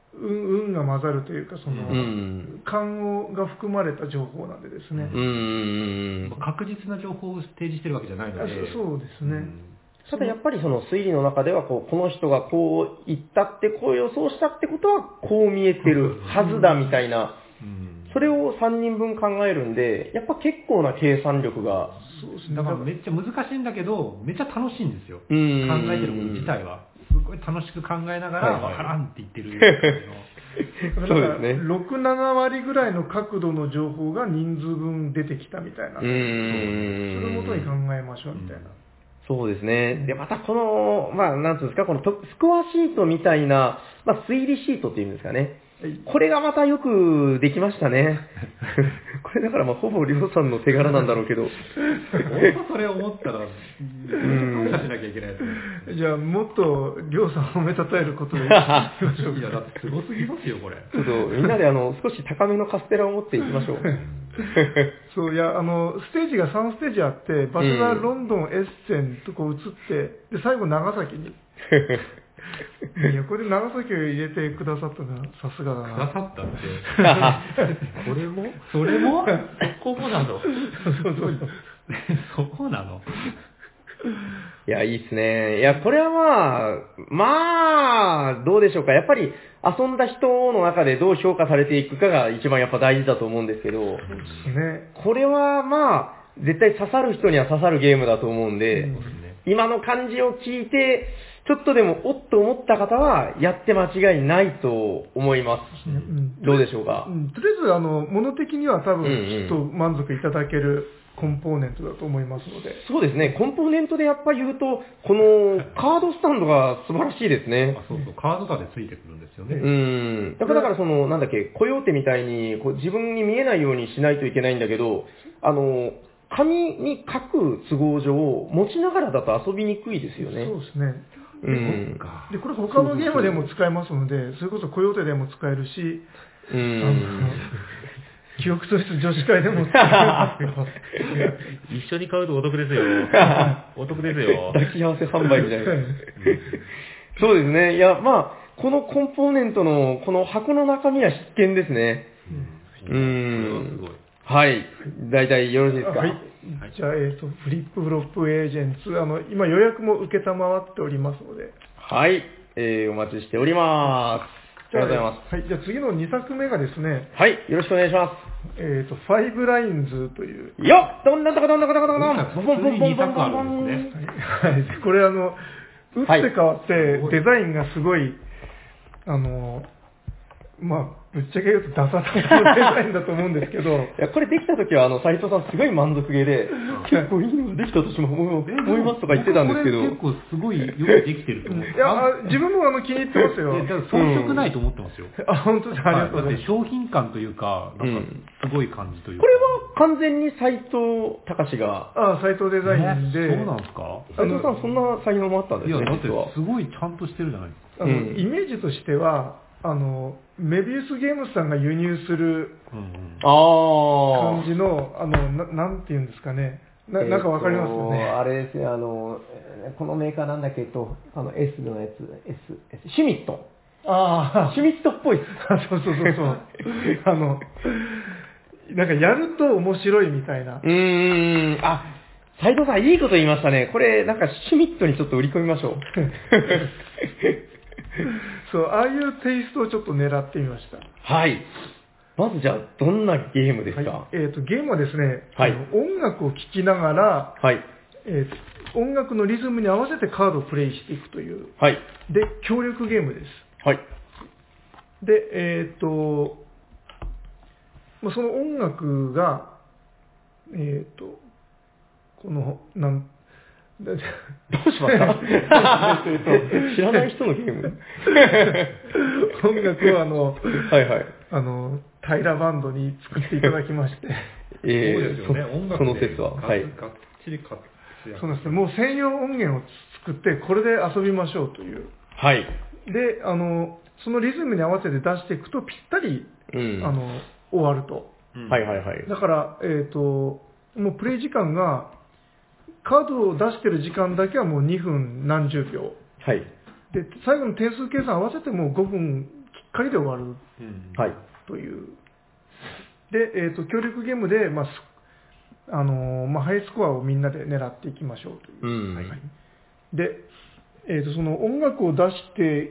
Speaker 1: 運が混ざるというか、勘が含まれた情報なんでですね。
Speaker 4: 確実な情報を提示してるわけじゃないので。
Speaker 1: そうですね。
Speaker 2: ただやっぱりその推理の中ではこの人がこう言ったって、こう予想したってことはこう見えてるはずだみたいな、それを3人分考えるんで、やっぱ結構な計算力が。
Speaker 4: そうですね。だからめっちゃ難しいんだけど、めっちゃ楽しいんですよ。考えてること自体は。すごい楽しく考えながら、わからんって言ってる
Speaker 2: そうですね。
Speaker 1: 6、7割ぐらいの角度の情報が人数分出てきたみたいな。それをもとに考えましょうみたいな。
Speaker 2: そうですね。で、またこの、なんていうんですか、このスコアシートみたいな、推理シートっていうんですかね。これがまたよくできましたね。これだからほぼりょうさんの手柄なんだろうけど。
Speaker 4: それを思ったら、感謝しなきゃいけないですね。
Speaker 1: じゃあ、もっとりょうさんを褒めたたえることでいき
Speaker 4: ましょう。いや、だってすごすぎますよ、これ。
Speaker 2: ちょっとみんなで少し高めのカステラを持っていきましょう。
Speaker 1: そう、いや、ステージが3ステージあって、場所がロンドン、エッセンとこう移って、で、最後長崎に。いや、これで長崎を入れてくださったのはさすがだな。
Speaker 4: くださったって。これもそれもそこもなのそこなの
Speaker 2: いや、いいっすね。いや、これはどうでしょうか。やっぱり遊んだ人の中でどう評価されていくかが一番やっぱ大事だと思うんですけど、
Speaker 1: そうですね。
Speaker 2: これは絶対刺さる人には刺さるゲームだと思うんで、今の感じを聞いて、ちょっとでもおっと思った方はやって間違いないと思います。どうでしょうか。
Speaker 1: とりあえず物的には多分きっと満足いただけるコンポーネントだと思いますので。
Speaker 2: そうですね。コンポーネントでやっぱり言うと、このカードスタンドが素晴らしいですね。
Speaker 4: そうそう、カード差でついてくるんですよね。
Speaker 2: だからコヨーテみたいに自分に見えないようにしないといけないんだけど、紙に書く都合上、持ちながらだと遊びにくいですよね。
Speaker 1: そうですね。で、これ他のゲームでも使えますので、それこそコヨーテでも使えるし、記憶喪失女子会でも使えますよ。
Speaker 3: 一緒に買うとお得ですよ。お得ですよ。
Speaker 2: 抱き合わせ販売みたいな。そうですね。いや、このコンポーネントの、この箱の中身は必見ですね。
Speaker 3: すごい。
Speaker 2: はい。大体よろしいですか。
Speaker 1: はい。じゃあ、フリップフロップエージェンツ、今予約も受けたまわっておりますので。
Speaker 2: はい。お待ちしております。ありがとうございます。
Speaker 1: はい。じゃあ次の2作目がですね。
Speaker 2: はい。よろしくお願いします。
Speaker 1: ファイブラインズという。
Speaker 2: よっどんどんどんどんどんどんどんどん
Speaker 4: 普通に2作あるんですね。
Speaker 1: はい。これ打って変わってデザインがすごい、ぶっちゃけ言うとダサさのデザインだと思うんですけど。
Speaker 2: いや、これできた時は斉藤さんすごい満足げで、結構いいのができたとしも思いますとか言ってたんですけど。
Speaker 4: 結構すごいよくできてると思って。
Speaker 1: いや、自分も気に入ってますよ。
Speaker 4: 遜色ないと思ってますよ。
Speaker 1: 本当ですか。ありがとうございます。
Speaker 4: だって商品感というか、すごい感じというか。
Speaker 2: これは完全に斉藤隆が。
Speaker 1: 斉藤デザインで。
Speaker 4: そうなんですか。
Speaker 2: 斉藤さんそんな才能もあったんですね。
Speaker 4: いや、だってすごいちゃんとしてるじゃないですか。
Speaker 1: イメージとしては、メビウスゲームズさんが輸入する感じの、なんていうんですかね。なんかわかりますよね。
Speaker 2: あれですね、このメーカーなんだっけS のやつ、S、シュミット。シュミットっぽい。
Speaker 1: そう。なんかやると面白いみたいな。
Speaker 2: 斉藤さんいいこと言いましたね。これ、なんかシュミットにちょっと売り込みましょう。
Speaker 1: そう、ああいうテイストをちょっと狙ってみました。
Speaker 2: はい。まずじゃあ、どんなゲームですか。
Speaker 1: ゲームはですね、
Speaker 2: はい、
Speaker 1: 音楽を聴きながら、
Speaker 2: はい、
Speaker 1: 音楽のリズムに合わせてカードをプレイしていくという、
Speaker 2: はい、
Speaker 1: で、協力ゲームです。
Speaker 2: はい。
Speaker 1: で、その音楽が、この、
Speaker 2: どうしました知らない人のゲーム
Speaker 1: 音楽を
Speaker 2: はいはい。
Speaker 1: 平バンドに作っていただきまして。
Speaker 4: そうですよね、音楽
Speaker 2: その説は。はい。
Speaker 4: がっちり
Speaker 1: そうですね、もう専用音源を作って、これで遊びましょうという。
Speaker 2: はい。
Speaker 1: で、そのリズムに合わせて出していくと、ぴったり、終わると。
Speaker 2: はいはいはい。
Speaker 1: だから、もうプレイ時間が、カードを出してる時間だけはもう2分何十秒。
Speaker 2: はい。
Speaker 1: で、最後の点数計算合わせてもう5分切っかりで終わる
Speaker 2: はい。
Speaker 1: という。で、協力ゲームで、ハイスコアをみんなで狙っていきましょうという。はい、で、その音楽を出して、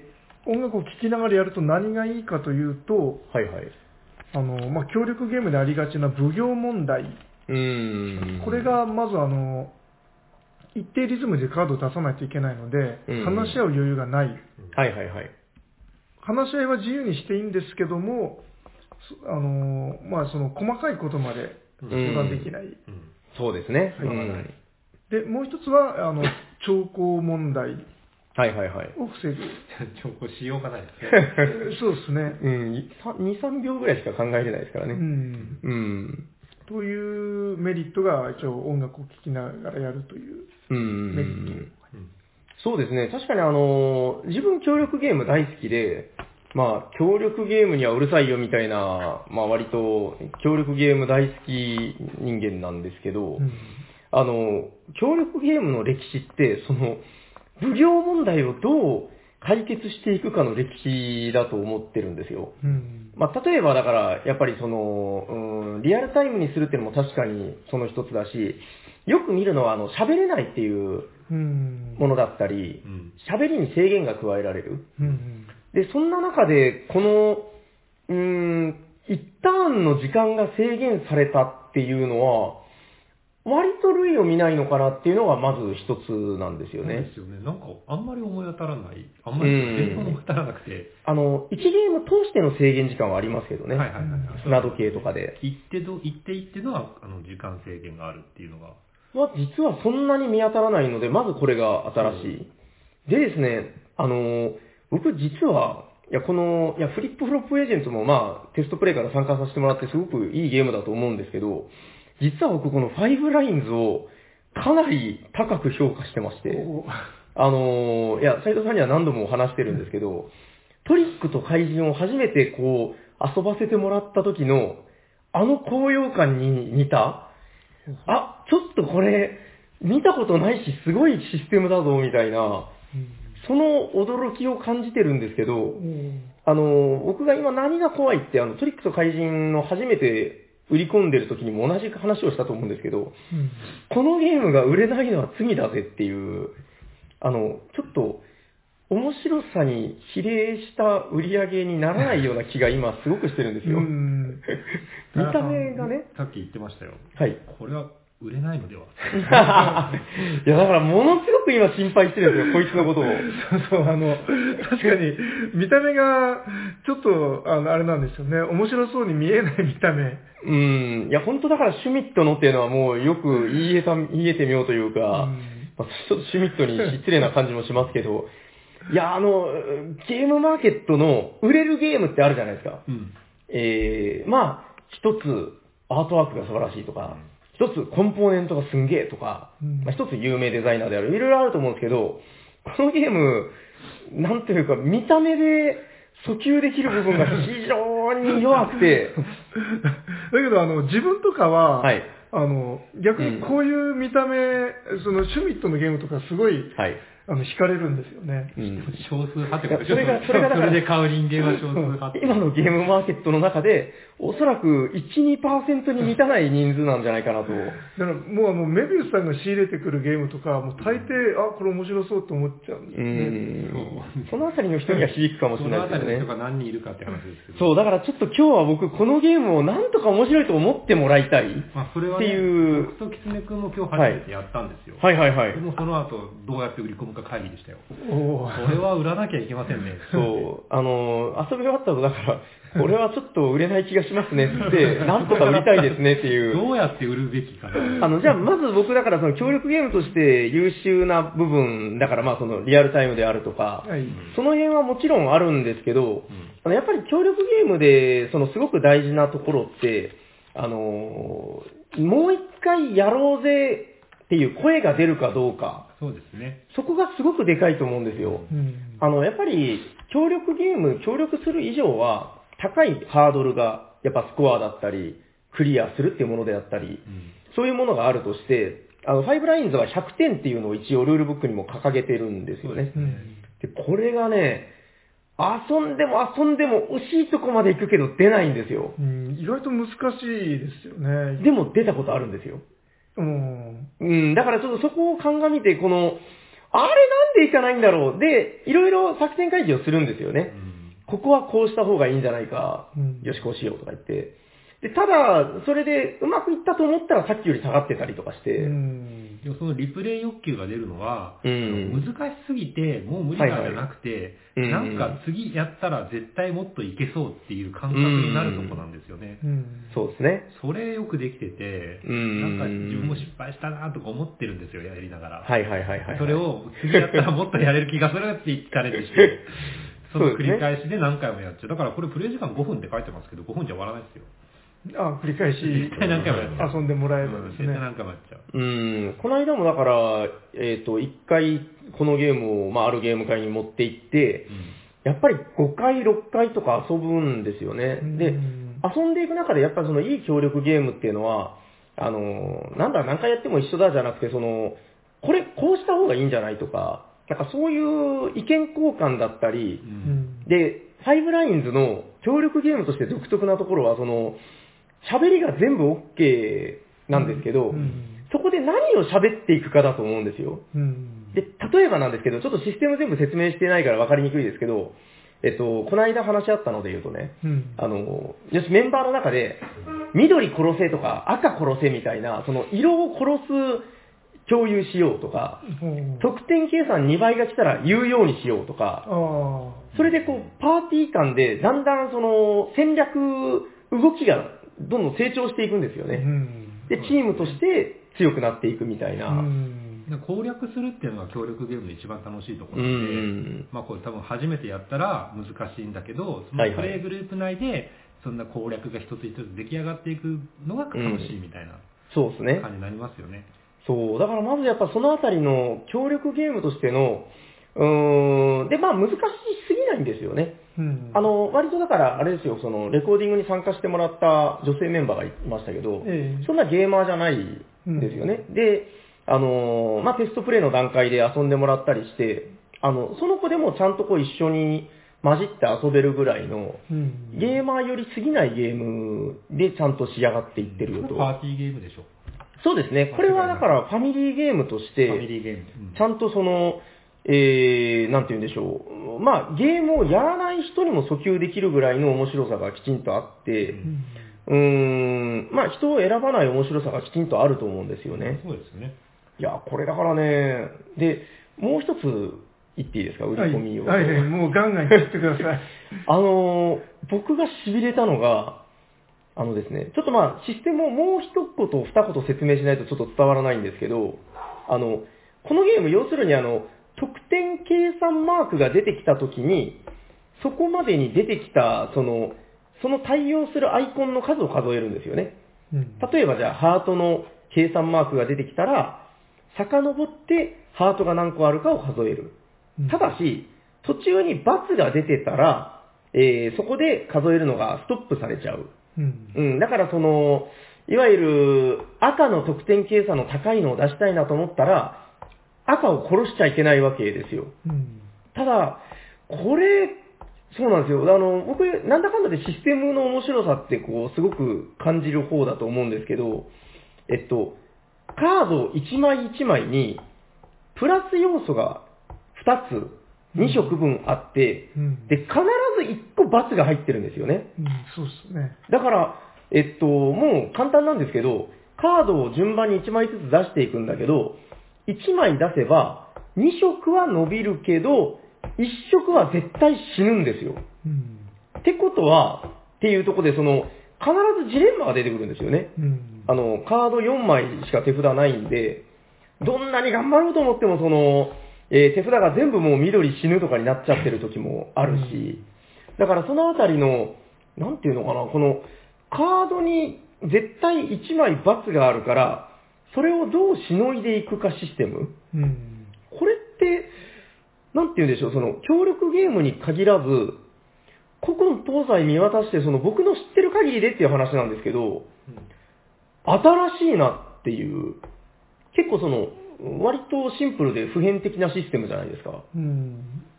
Speaker 1: 音楽を聴きながらやると何がいいかというと、
Speaker 2: はいはい。
Speaker 1: 協力ゲームでありがちな奉行問題。これがまず一定リズムでカードを出さないといけないので、話し合う余裕がない。
Speaker 2: はいはいはい。
Speaker 1: 話し合いは自由にしていいんですけども、その細かいことまで相談できない。
Speaker 2: そうですね。
Speaker 1: で、もう一つは、兆候問題。
Speaker 2: はいはいはい。
Speaker 1: を防ぐ。
Speaker 4: 兆候しようがないですね。
Speaker 1: そうですね。
Speaker 2: 2、3秒ぐらいしか考えれないですからね。
Speaker 1: というメリットが一応音楽を聴きながらやるというメリット。
Speaker 2: そうですね。確かに自分協力ゲーム大好きで、協力ゲームにはうるさいよみたいな、割と協力ゲーム大好き人間なんですけど、協力ゲームの歴史って、奉行問題をどう解決していくかの歴史だと思ってるんですよ。例えばだから、やっぱりリアルタイムにするっていうのも確かにその一つだし、よく見るのは喋れないっていうものだったり、喋りに制限が加えられる。で、そんな中で、この、一ターンの時間が制限されたっていうのは、割と類を見ないのかなっていうのがまず一つなんですよね。
Speaker 4: そうですよね。なんか、あんまり思い当たらない。あんまり全然思い当たらなくて。
Speaker 2: 1ゲーム通しての制限時間はありますけどね。砂時計とかで。
Speaker 4: 一手の時間制限があるっていうのが。
Speaker 2: 実はそんなに見当たらないので、まずこれが新しい。でですね、僕実は、フリップフロップエージェントもテストプレイから参加させてもらってすごくいいゲームだと思うんですけど、実は僕この5ラインズをかなり高く評価してまして、斉藤さんには何度も話してるんですけど、トリックと怪人を初めて遊ばせてもらった時の、高揚感に似た、ちょっとこれ、見たことないし、すごいシステムだぞ、みたいな、その驚きを感じてるんですけど、僕が今何が怖いって、トリックと怪人の初めて売り込んでる時にも同じ話をしたと思うんですけど、このゲームが売れないのは罪だぜっていう、ちょっと、面白さに比例した売り上げにならないような気が今すごくしてるんですよ。見た目がね。
Speaker 4: さっき言ってましたよ。
Speaker 2: はい。
Speaker 4: これは売れないのでは。
Speaker 2: いや、だからものすごく今心配してるんですよ、こいつのことを。
Speaker 1: 確かに、見た目が、ちょっと、あれなんですよね。面白そうに見えない見た目。
Speaker 2: いや、本当だからシュミットのっていうのはもうよく言えてみようというか、ちょっとシュミットに失礼な感じもしますけど、いや、ゲームマーケットの売れるゲームってあるじゃないですか。一つアートワークが素晴らしいとか、一つコンポーネントがすんげえとか、一つ有名デザイナーである、いろいろあると思うんですけど、このゲーム、なんというか見た目で訴求できる部分が非常に弱くて。
Speaker 1: だけど自分とかは、
Speaker 2: はい、
Speaker 1: 逆にこういう見た目、シュミットのゲームとかすごい、惹かれるんですよね。
Speaker 4: 少数派ってことでしょ。
Speaker 2: それが
Speaker 4: それで買う人間は少数派。
Speaker 2: 今のゲームマーケットの中で、おそらく1、2% に満たない人数なんじゃないかなと。だ
Speaker 1: からもうメビウスさんが仕入れてくるゲームとか、もう大抵、これ面白そうと思っちゃうんですよね。
Speaker 2: そのあたりの人には響くかもしれないですね。
Speaker 4: そのあたりの人が何人いるかって話ですけど。
Speaker 2: そう、だからちょっと今日は僕、このゲームをなんとか面白いと思ってもらいたいっていう。
Speaker 4: 僕とキツネ君も今日初めてやったんですよ。
Speaker 2: はいはいはい。
Speaker 4: でもその後、どうやって売り込むか会議でしたよ。これは売らなきゃいけませんね。
Speaker 2: そう。遊び終わったと、だから、これはちょっと売れない気がしますねって、なんとか売りたいですねっていう。
Speaker 4: どうやって売るべきかな。
Speaker 2: じゃあ、まず僕だから、協力ゲームとして優秀な部分、だからリアルタイムであるとか、その辺はもちろんあるんですけど、やっぱり協力ゲームで、すごく大事なところって、もう一回やろうぜっていう声が出るかどうか。
Speaker 4: そうですね。
Speaker 2: そこがすごくでかいと思うんですよ。やっぱり、協力ゲーム、協力する以上は、高いハードルが、やっぱスコアだったり、クリアするっていうものであったり、そういうものがあるとして、5ラインズは100点っていうのを一応ルールブックにも掲げてるんですよね。で、これがね、 遊んでも惜しいとこまで行くけど出ないんですよ。
Speaker 1: 意外と難しいですよね。
Speaker 2: でも出たことあるんですよ。だからちょっとそこを鑑みて、あれなんでいかないんだろう。で、いろいろ作戦会議をするんですよね。ここはこうした方がいいんじゃないか。よし、こうしようとか言って。で、ただ、それでうまくいったと思ったらさっきより下がってたりとかして。
Speaker 4: でもそのリプレイ欲求が出るのは、難しすぎてもう無理なんじゃなくて、なんか次やったら絶対もっといけそうっていう感覚になるとこなんですよね。
Speaker 2: そうですね。
Speaker 4: それよくできてて、なんか自分も失敗したなとか思ってるんですよ、やりながら。それを次やったらもっとやれる気がするってチャレンジして、その繰り返しで何回もやっちゃう。だからこれプレイ時間5分って書いてますけど、5分じゃ終わらないですよ。
Speaker 1: 繰り返し
Speaker 4: 絶対何回もやっちゃう。
Speaker 1: 遊んでもらえばですね。
Speaker 4: 絶対何回もやっちゃう。
Speaker 2: この間もだから、一回このゲームを、あるゲーム会に持って行って、やっぱり5回、6回とか遊ぶんですよね。で、遊んでいく中でやっぱりそのいい協力ゲームっていうのは、何回やっても一緒だじゃなくて、こうした方がいいんじゃないとか、なんかそういう意見交換だったり、で、ファイブラインズの協力ゲームとして独特なところは、喋りが全部 OK なんですけど、そこで何を喋っていくかだと思うんですよ。で、例えばなんですけど、ちょっとシステム全部説明してないから分かりにくいですけど、この間話し合ったので言うとね、よし、メンバーの中で、緑殺せとか赤殺せみたいな、その色を殺す共有しようとか、得点計算2倍が来たら言うようにしようとか、それでパーティー間でだんだん戦略動きがどんどん成長していくんですよね。で、チームとして強くなっていくみたいな。
Speaker 4: 攻略するっていうのが協力ゲームの一番楽しいところで、これ多分初めてやったら難しいんだけど、そのプレイグループ内でそんな攻略が一つ一つ出来上がっていくのが楽しいみたいな
Speaker 2: そうですね。
Speaker 4: 感じになりますよね。
Speaker 2: そう、だからまずやっぱそのあたりの協力ゲームとしての、難しすぎないんですよね。割とだからあれですよ、レコーディングに参加してもらった女性メンバーがいましたけど、そんなゲーマーじゃないんですよね。で、テストプレイの段階で遊んでもらったりして、その子でもちゃんと一緒に混じって遊べるぐらいの、ゲーマーより過ぎないゲームでちゃんと仕上がっていってるよと。
Speaker 4: パーティーゲームでしょ。
Speaker 2: そうですね。これはだからファミリーゲームとして、ちゃんとなんて言うんでしょう。ゲームをやらない人にも訴求できるぐらいの面白さがきちんとあって、人を選ばない面白さがきちんとあると思うんですよね。
Speaker 4: そうですね。
Speaker 2: いや、これだからね、で、もう一つ言っていいですか、売り込みを。
Speaker 1: はい、もうガンガン言ってください。
Speaker 2: 僕が痺れたのが、ですね、ちょっとシステムをもう一言二言説明しないとちょっと伝わらないんですけど、このゲーム、要するに得点計算マークが出てきたときに、そこまでに出てきた、その対応するアイコンの数を数えるんですよね。例えばじゃあ、ハートの計算マークが出てきたら、遡ってハートが何個あるかを数える。ただし、途中に×が出てたら、そこで数えるのがストップされちゃう。だからいわゆる赤の得点計算の高いのを出したいなと思ったら、赤を殺しちゃいけないわけですよ。ただ、これ、そうなんですよ。僕、なんだかんだでシステムの面白さってすごく感じる方だと思うんですけど、カード1枚1枚に、プラス要素が2つ、2色分あって、で、必ず1個×が入ってるんですよね。
Speaker 1: そうですね。
Speaker 2: だから、もう簡単なんですけど、カードを順番に1枚ずつ出していくんだけど、1枚出せば、2色は伸びるけど、1色は絶対死ぬんですよ。ってことは、っていうところで、必ずジレンマが出てくるんですよね。カード4枚しか手札ないんで、どんなに頑張ろうと思っても、手札が全部もう緑死ぬとかになっちゃってる時もあるし、だからそのあたりの、なんていうのかな、カードに絶対1枚×があるから、それをどうしのいでいくかシステム、これって、なんていうんでしょう、協力ゲームに限らず、古今東西見渡して、僕の知ってる限りでっていう話なんですけど、新しいなっていう、結構割とシンプルで普遍的なシステムじゃないですか。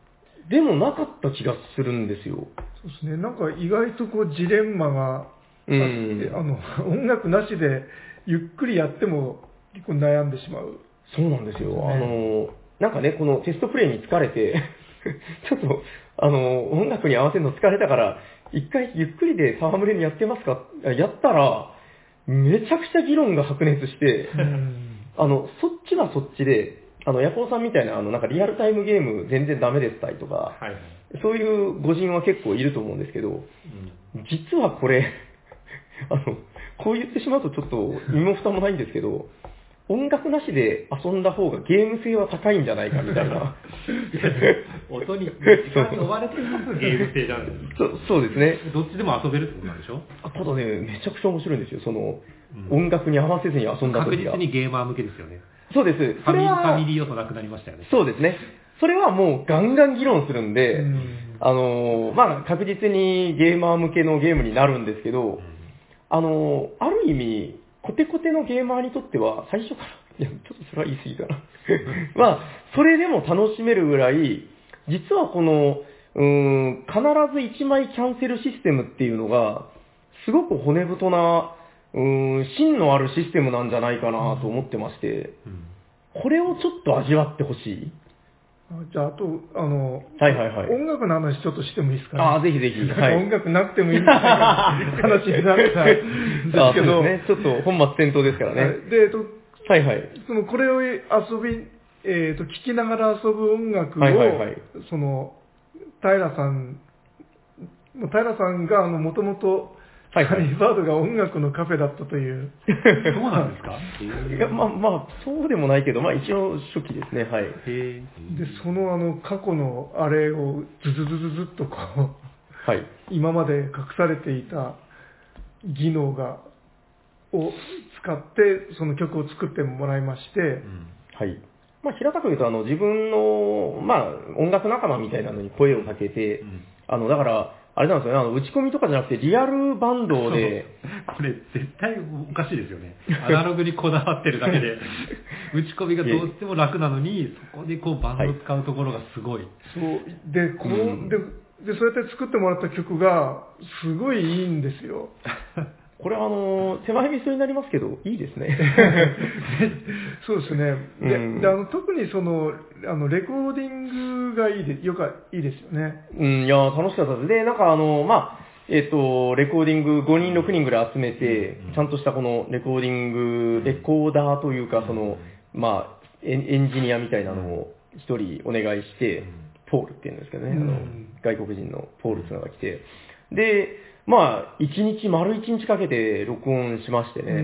Speaker 2: でもなかった気がするんですよ。
Speaker 1: そうですね。なんか意外とこうジレンマがあって、音楽なしでゆっくりやっても結構悩んでしまう。
Speaker 2: そうなんですよ。なんかね、このテストプレイに疲れて、ちょっと、音楽に合わせるの疲れたから、一回ゆっくりで戯れにやってますかやったら、めちゃくちゃ議論が白熱して、そっちはそっちで、ヤコウさんみたいな、なんかリアルタイムゲーム全然ダメですたいとか、はい、そういう誤人は結構いると思うんですけど、実はこれ、こう言ってしまうとちょっと身も蓋もないんですけど、音楽なしで遊んだ方がゲーム性は高いんじゃないかみたいな。
Speaker 4: 音に時間に追われてますゲーム性じゃないですか。
Speaker 2: そうですね。
Speaker 4: どっちでも遊べるってことなんでしょ？
Speaker 2: ただね、めちゃくちゃ面白いんですよ。音楽に合わせずに遊んだ時が。
Speaker 4: 確実にゲーマー向けですよね。
Speaker 2: そうです。
Speaker 4: ファミリー要素なくなりましたよね。
Speaker 2: そうですね。それはもうガンガン議論するんで、まあ確実にゲーマー向けのゲームになるんですけど、ある意味、コテコテのゲーマーにとっては、最初から、いや、ちょっとそれは言い過ぎかな。まあ、それでも楽しめるぐらい、実はこの、必ず1枚キャンセルシステムっていうのが、すごく骨太な、芯のあるシステムなんじゃないかなと思ってまして、これをちょっと味わってほしい。
Speaker 1: じゃあ、あと、
Speaker 2: はいはいはい。
Speaker 1: 音楽の話ちょっとしてもいいですかね。
Speaker 2: ああ、ぜひぜひ。
Speaker 1: はい、音楽なくてもいいんじゃないかって話になったんですけど。
Speaker 2: ね、ちょっと本末転倒ですからね。
Speaker 1: で、
Speaker 2: はいはい。
Speaker 1: これを聴きながら遊ぶ音楽を、
Speaker 2: はいはいはい、
Speaker 1: 平さんがもともと、ハニーバードが音楽のカフェだったという。
Speaker 4: そうなんですか？
Speaker 2: いや、まあ、そうでもないけど、まあ一応初期ですね、はい。
Speaker 1: で、過去のあれをズズズズズっとこう、はい、今まで隠されていた技能を使ってその曲を作ってもらいまして、
Speaker 2: はい。まあ平たく言うと自分の、まあ音楽仲間みたいなのに声をかけて、だから、あれなんですよね、打ち込みとかじゃなくてリアルバンドで。
Speaker 4: これ絶対おかしいですよね。アナログにこだわってるだけで、打ち込みがどうしても楽なのに、そこでこうバンド使うところがすごい。
Speaker 1: そう。で、そうやって作ってもらった曲がすごいいいんですよ。
Speaker 2: これ狭いミスになりますけど、いいですね。
Speaker 1: そうですね。で、特にレコーディングがいいですよね。
Speaker 2: いや、楽しかったです。で、なんかまあ、レコーディング5人、6人ぐらい集めて、ちゃんとしたこのレコーディング、レコーダーというか、まあ、エンジニアみたいなのを一人お願いして、ポールって言うんですけどね、外国人のポールっていうのが来て、で、まあ、丸一日かけて録音しましてね。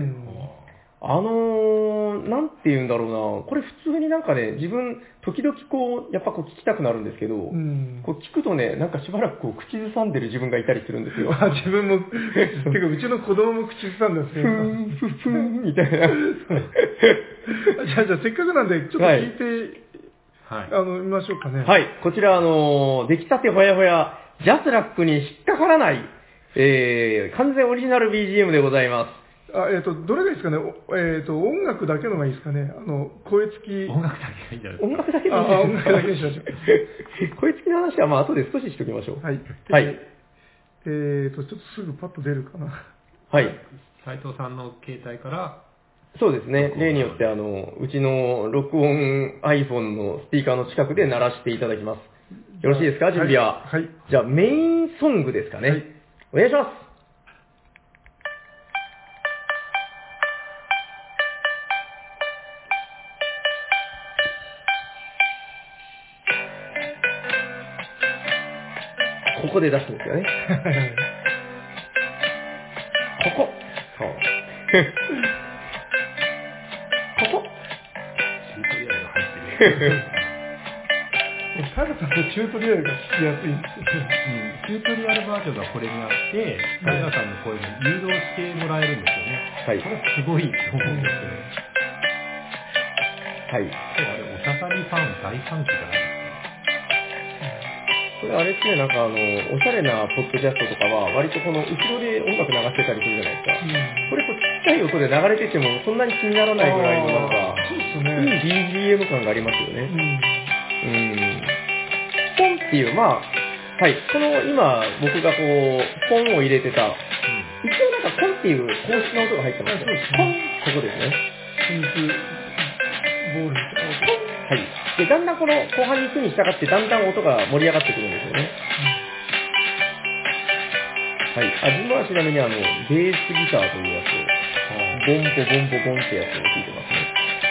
Speaker 2: なんて言うんだろうな。これ普通になんかね、自分、時々やっぱ聞きたくなるんですけど、こう聞くとね、なんかしばらく口ずさんでる自分がいたりするんですよ。
Speaker 1: 自分も、てかうちの子供も口ずさんでますよ。
Speaker 2: ふん、みたいな。
Speaker 1: じゃあせっかくなんで、ちょっと聞いて、みましょうかね。
Speaker 2: はい。こちら、出来たてほやほや、ジャスラックに引っかからない、完全オリジナル BGM でございます。
Speaker 1: どれがいいですかね、音楽だけのがいいですかね、声付き。
Speaker 4: 音楽だけがいいんじゃないですか。
Speaker 2: 音楽だけでいいですか。
Speaker 1: 音楽だけにしましょ
Speaker 2: う。声付きの話はまあ後で少ししときましょう。
Speaker 1: はい。
Speaker 2: はい。
Speaker 1: ちょっとすぐパッと出るかな。
Speaker 2: はい。
Speaker 4: 斉藤さんの携帯から、
Speaker 2: そうですね。例によってうちの録音 iPhone のスピーカーの近くで鳴らしていただきます。よろしいですか、準備は。
Speaker 1: はい。
Speaker 2: じゃあメインソングですかね。はい、お願いします。ここで出すんですよね。ここ。そう。ここ。
Speaker 4: チュートリアルが入ってる。
Speaker 1: タラさんのチュートリアルが聞きやすいんですよ。
Speaker 4: チュートリアルバージョンがこれにあって、タラさんの声に誘導してもらえるんですよね。
Speaker 2: はい。
Speaker 4: これすごいと思うんですけど。
Speaker 2: はい。
Speaker 4: あれ、おしゃさりファン大歓喜じゃないですか。
Speaker 2: これあれですね、なんかおしゃれなポッドキャストとかは、割とこの後ろで音楽流してたりするじゃないですか。これちっちゃい音で流れててもそんなに気にならないぐらいのなんか、
Speaker 1: そうですね、
Speaker 2: いい BGM 感がありますよね。ポンっていう、まあ、はい、この今、僕がこう、ポンを入れてた、一応なんかコンっていう公式な音が入ってますね。コン、ここですね。
Speaker 1: 秘密ボールみたいな音。
Speaker 2: はい。で、だんだんこの後半に行くに従って、だんだん音が盛り上がってくるんですよね。はい。自分はちなみにベースギターというやつを、ボンポボンポボンってやつを弾いてますね。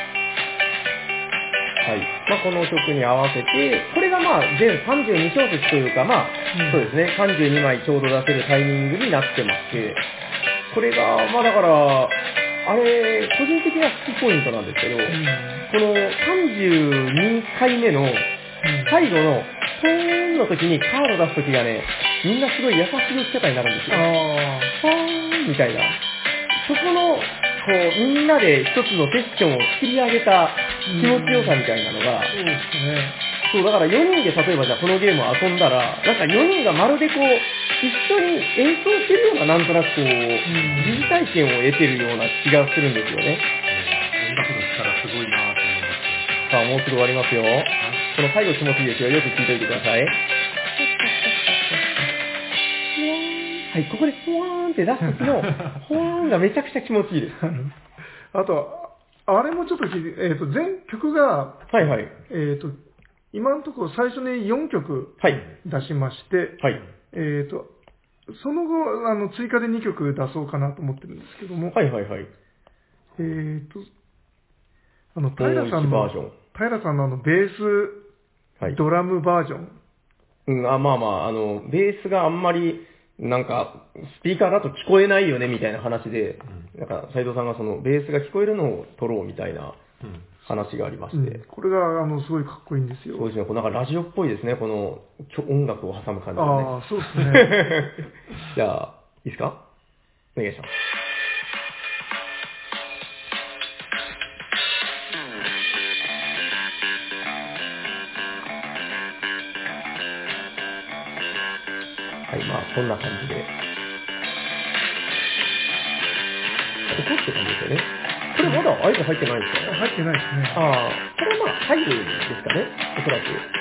Speaker 2: はい。まあ、この曲に合わせて、これがまあ、全32小節というか、まあ、そうですね、32枚ちょうど出せるタイミングになってまして、これが、まあだから、あれ、個人的な好きポイントなんですけど、この32回目の最後のポーンの時にカード出す時がね、みんなすごい優しい弾き方になるんですよ。ポーンみたいな。そこの、こう、みんなで一つのセッションを作り上げた気持ちよさみたいなのが、
Speaker 1: そうですね。
Speaker 2: そう、だから4人で例えばじゃあこのゲームを遊んだら、なんか4人がまるでこう、一緒に演奏してるようななんとなくこう、疑似体験を得てるような気がするんですよね。
Speaker 4: 音楽の力すごいなぁと思います。
Speaker 2: さあ、もうすぐ終わりますよ。この最後気持ちいいですよ。よく聞いておいてください。はい、ここでフワーンって出す時の、フワーンがめちゃくちゃ気持ちいいです。
Speaker 1: あと、あれもちょっと聞いて、全曲が、
Speaker 2: はいはい。
Speaker 1: 今のところ最初に4曲
Speaker 2: はい
Speaker 1: 出しまして、
Speaker 2: はい。
Speaker 1: その後、追加で2曲出そうかなと思ってるんですけども、
Speaker 2: はいはいはい。
Speaker 1: 平さん
Speaker 2: バージョン。
Speaker 1: 平さんのベース、
Speaker 2: はい。
Speaker 1: ドラムバージョン。
Speaker 2: うん、まあまあ、ベースがあんまり、なんか、スピーカーだと聞こえないよねみたいな話で、なんか、斉藤さんがその、ベースが聞こえるのを撮ろうみたいな話がありまして。
Speaker 1: これが、すごいかっこいいんですよ。
Speaker 2: そうですね、なんかラジオっぽいですね、この、音楽を挟む感じがね。
Speaker 1: ああ、そうですね。
Speaker 2: じゃあ、いいですか？お願いします。はい、まあ、こんな感じで。ここって感じですよね。これまだ合図入ってないんですか？
Speaker 1: 入ってないですね。
Speaker 2: ああ、これはまあ入るんですかね、おそらく。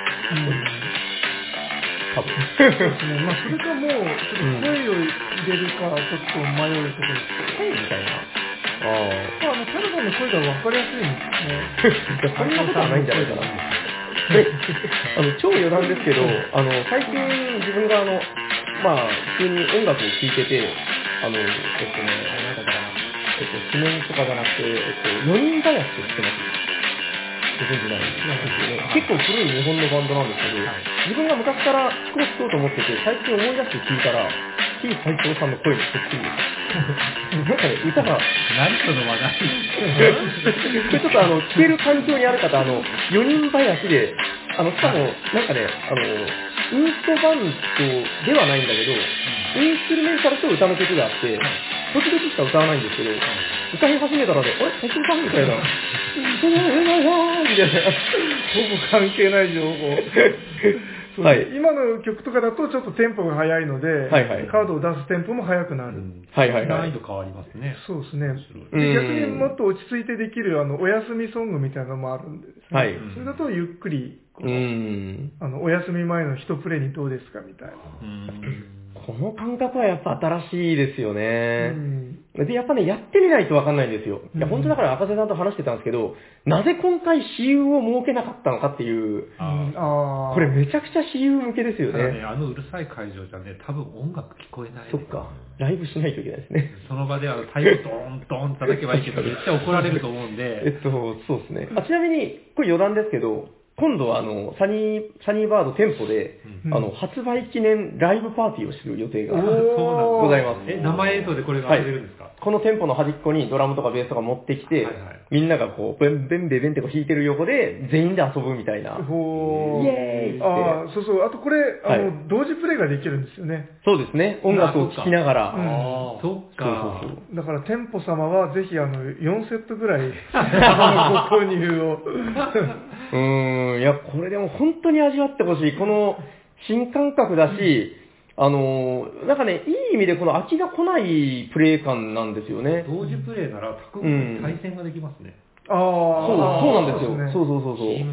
Speaker 2: 多分。
Speaker 1: そうですね。まあ、それかもう、ちょっと声を入れるか、ちょっと迷うところですけど。
Speaker 2: 声みたいな。
Speaker 1: タラさんの声が分かりやすいんですね。
Speaker 2: そんなことはないんじゃないかな。超余談ですけど、最近自分がまあ、普通に音楽を聴いてて、なんだったかな、紙面とかじゃなくて、4人バヤスって知ってます？ご存知ないですよね。結構古い日本のバンドなんですけど、自分が昔から聴こうと思ってて、最近思い出して聴いたら、T 斉藤さんの声にそっくりです。なんかね、歌が、
Speaker 4: 何その話題
Speaker 2: これちょっと聴ける環境にある方、4人林で、しかも、なんかね、インストバンドではないんだけど、インストゥルメンタルと歌の曲があって、時々しか歌わないんですけど、歌い始めたらね、あれ斉藤さんみたいな。みたいな。
Speaker 1: ほぼ関係ない情報。はい、今の曲とかだとちょっとテンポが速いので、はいはい、カードを出すテンポも速くなる。
Speaker 2: はいはいはい。
Speaker 4: 難易度変わりますね。
Speaker 1: そうですね。で逆にもっと落ち着いてできるお休みソングみたいなのもあるんでですね。はい。それだとゆっくりお休み前の一プレイにどうですかみたいな。
Speaker 2: この感覚はやっぱ新しいですよね。で、やっぱね、やってみないとわかんないんですよ。いや、本当だから赤瀬さんと話してたんですけど、なぜ今回私有を設けなかったのかっていう、これめちゃくちゃ私有向けですよね。
Speaker 4: ただね、うるさい会場じゃね、多分音楽聞こえない、ね。
Speaker 2: そっか。ライブしないといけないですね。
Speaker 4: その場で太鼓ドーンドーン叩けばいいけど、めっちゃ怒られると思うんで。
Speaker 2: そうですね。ちなみに、これ余談ですけど、今度はサニーバード店舗で、発売記念ライブパーティーをする予定がございます。
Speaker 4: 生映像でこれが遊べるんですか？
Speaker 2: この店舗の端っこにドラムとかベースとか持ってきて、みんながこう、ベンベンベンってこう弾いてる横で、全員で遊ぶみたいな。イエーイって。
Speaker 1: そうそう。あとこれ、同時プレイができるんですよね。
Speaker 2: そうですね。音楽を聴きながら。
Speaker 4: そっか。
Speaker 1: だから店舗様はぜひ4セットぐらい、ご購入を。
Speaker 2: いや、これでも本当に味わってほしい。この新感覚だし、なんかね、いい意味でこの飽きが来ないプレイ感なんですよね。
Speaker 4: 同時プレイなら、他国に対戦ができますね。
Speaker 2: そうなんですよ。そう。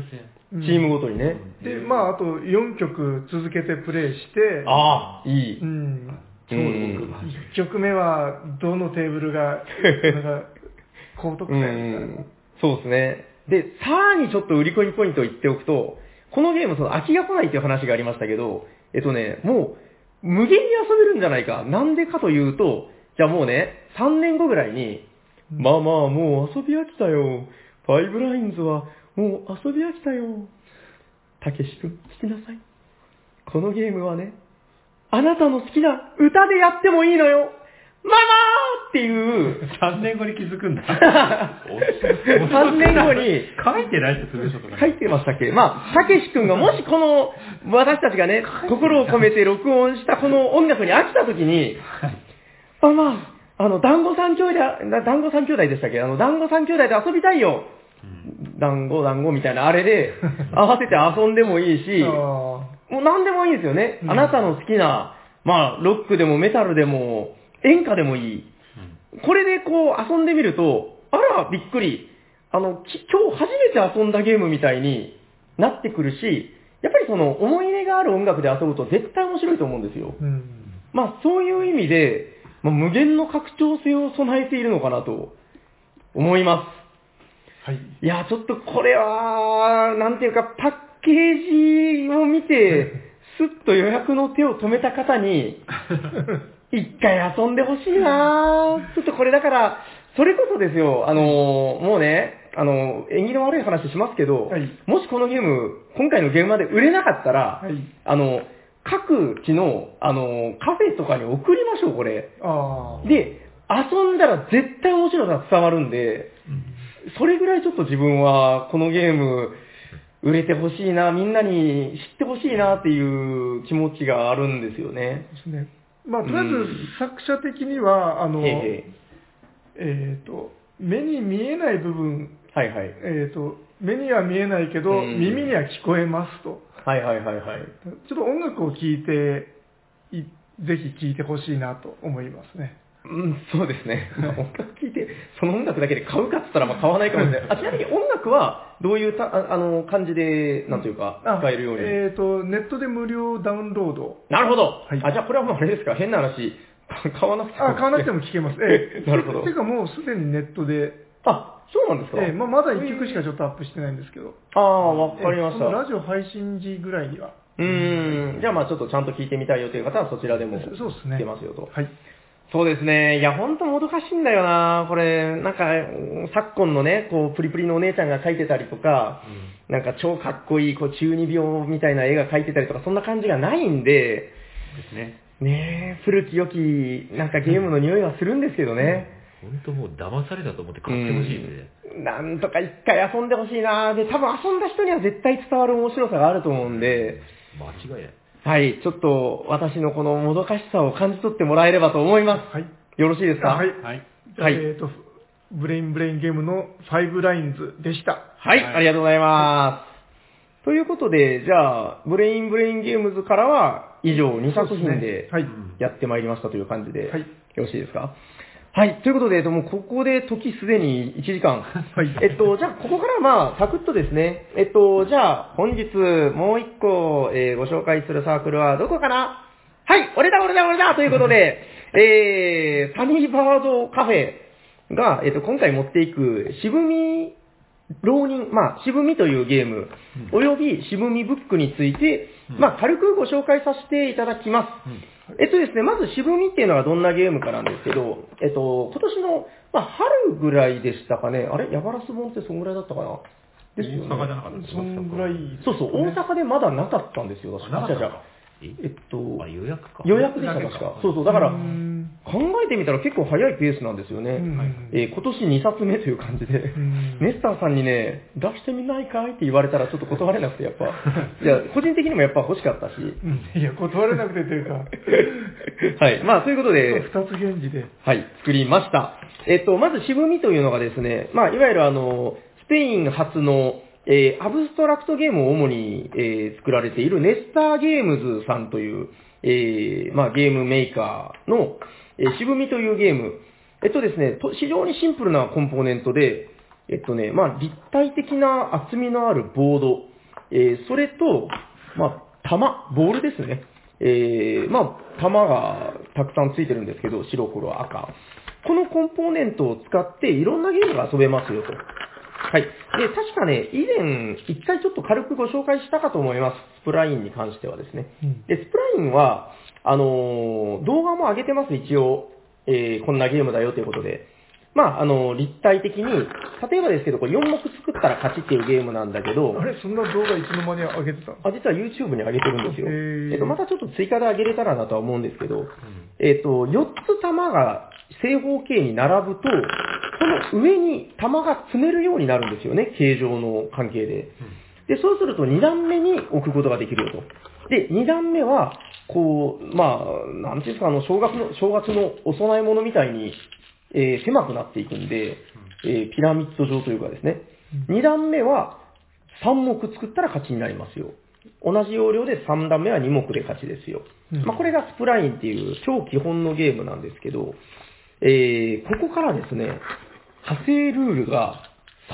Speaker 2: チームごとにね。
Speaker 1: で、まあ、あと4曲続けてプレイして、
Speaker 2: ああ、いい。
Speaker 1: 超1曲目はどのテーブルが、高得点
Speaker 2: そうですね。で、さらにちょっと売り込みポイントを言っておくと、このゲーム、飽きが来ないっていう話がありましたけど、もう、無限に遊べるんじゃないか。なんでかというと、じゃあもうね、3年後ぐらいに、まあまあ、もう遊び飽きたよ。ファイブラインズは、もう遊び飽きたよ。たけし君、聞きなさい。このゲームはね、あなたの好きな歌でやってもいいのよ。ママーっていう。
Speaker 4: 3年後に気づくんだ。
Speaker 2: 3年後に。
Speaker 4: 書いてないですよ、とか。
Speaker 2: 書いてましたっけ？まあ、たけし君がもしこの、私たちがね、心を込めて録音したこの音楽に飽きた時に、ママ、団子三兄弟でしたっけ？団子三兄弟で遊びたいよ。団子みたいなあれで、合わせて遊んでもいいし、もう何でもいいんですよね。あなたの好きな、まあ、ロックでもメタルでも、演歌でもいい。これでこう遊んでみると、あら、びっくり。今日初めて遊んだゲームみたいになってくるし、やっぱりその思い入れがある音楽で遊ぶと絶対面白いと思うんですよ。まあそういう意味で、無限の拡張性を備えているのかなと思います。はい。いや、ちょっとこれは、なんていうか、パッケージを見て、スッと予約の手を止めた方に、一回遊んでほしいなぁ。ちょっとこれだから、それこそですよ、もうね、縁起の悪い話しますけど、はい、もしこのゲーム、今回のゲームまで売れなかったら、はい、各地の、カフェとかに送りましょう、これ。で、遊んだら絶対面白さが伝わるんで、それぐらいちょっと自分は、このゲーム、売れてほしいな、みんなに知ってほしいなっていう気持ちがあるんですよね。
Speaker 1: ですね。まあ、とりあえず作者的には、目に見えない部分、
Speaker 2: はいはい。
Speaker 1: 目には見えないけど、耳には聞こえますと。
Speaker 2: はいはいはいはい。
Speaker 1: ちょっと音楽を聴いて、ぜひ聴いてほしいなと思いますね。
Speaker 2: そうですね。音楽聴いて、その音楽だけで買うかって言ったら買わないかもしれない。ちなみに音楽はどういう感じで、なんというか、使えるように。
Speaker 1: ネットで無料ダウンロード。
Speaker 2: なるほど。はい、じゃあこれはもうあれですか、変な話、買わなくても。
Speaker 1: 買わなくても聴けます。
Speaker 2: なるほど。
Speaker 1: ていうかもうすでにネットで。
Speaker 2: そうなんですか。
Speaker 1: まだ1曲しかちょっとアップしてないんですけど。
Speaker 2: わかりました。
Speaker 1: ラジオ配信時ぐらいには。
Speaker 2: じゃあちょっとちゃんと聞いてみたいよという方はそちらでも聞けますよと。
Speaker 1: はい。
Speaker 2: そうですね。いや、ほんともどかしいんだよな。これ、なんか、昨今のね、こう、プリプリのお姉ちゃんが描いてたりとか、なんか超かっこいい、中二病みたいな絵が描いてたりとか、そんな感じがないんで、
Speaker 4: ですね。
Speaker 2: ねえ、古き良き、なんかゲームの匂いはするんですけどね。
Speaker 3: ほんともう騙されたと思って買ってほしいですね。
Speaker 2: なんとか一回遊んでほしいな。で、多分遊んだ人には絶対伝わる面白さがあると思うんで、
Speaker 3: 間違いない。
Speaker 2: はい、ちょっと私のこのもどかしさを感じ取ってもらえればと思います。
Speaker 1: はい。
Speaker 2: よろしいですか？
Speaker 1: はい。はい。ブレインゲームの5ラインズでした。
Speaker 2: はい、ありがとうございます。ということで、じゃあ、ブレインゲームズからは以上2作品でやってまいりましたという感じで、よろしいですか？はい。ということで、もうここで時すでに1時間。はい。じゃあ、ここからサクッとですね。じゃあ、本日もう一個、ご紹介するサークルはどこかな？はい、俺だということで、サニーバードカフェが、今回持っていく、渋み浪人、渋みというゲーム、および渋みブックについて、軽くご紹介させていただきます。ですね、まず渋みっていうのはどんなゲームかなんですけど、今年の、春ぐらいでしたかね。あれヤバラス本ってそんぐらいだったかな
Speaker 4: ですよね。大阪じゃなかった
Speaker 1: そんぐらい。
Speaker 2: そう、大阪でまだなかったんですよ。
Speaker 3: 予約か。
Speaker 2: 予約でした、確か。そう、だから、考えてみたら結構早いペースなんですよね。今年2冊目という感じで、ネスターさんにね、出してみないかいって言われたらちょっと断れなくて、やっぱ。いや、個人的にもやっぱ欲しかったし。
Speaker 1: いや、断れなくてというか。
Speaker 2: はい。ということで、
Speaker 1: 二つ返事で。
Speaker 2: はい、作りました。まず渋みというのがですね、いわゆるスペイン発の、アブストラクトゲームを主に、作られているネスターゲームズさんという、ゲームメーカーの、渋みというゲーム。ですね、非常にシンプルなコンポーネントで、立体的な厚みのあるボード。 それと、ボールですね。玉がたくさんついてるんですけど、白黒赤。このコンポーネントを使っていろんなゲームが遊べますよと。はい。で、確かね、以前、一回ちょっと軽くご紹介したかと思います。スプラインに関してはですね。で、スプラインは、動画も上げてます、一応。こんなゲームだよということで。立体的に、例えばですけど、これ4目作ったら勝ちっていうゲームなんだけど、
Speaker 1: あれそんな動画いつの間に上げてたの？
Speaker 2: 実は YouTube に上げてるんですよ。またちょっと追加で上げれたらなとは思うんですけど、4つ玉が正方形に並ぶと、その上に玉が積めるようになるんですよね、形状の関係で。で、そうすると2段目に置くことができるよと。で、2段目は、なんていうんですか、正月のお供え物みたいに、狭くなっていくんで、ピラミッド状というかですね。2段目は3目作ったら勝ちになりますよ。同じ要領で3段目は2目で勝ちですよ。これがスプラインっていう超基本のゲームなんですけど、ここからですね、派生ルールが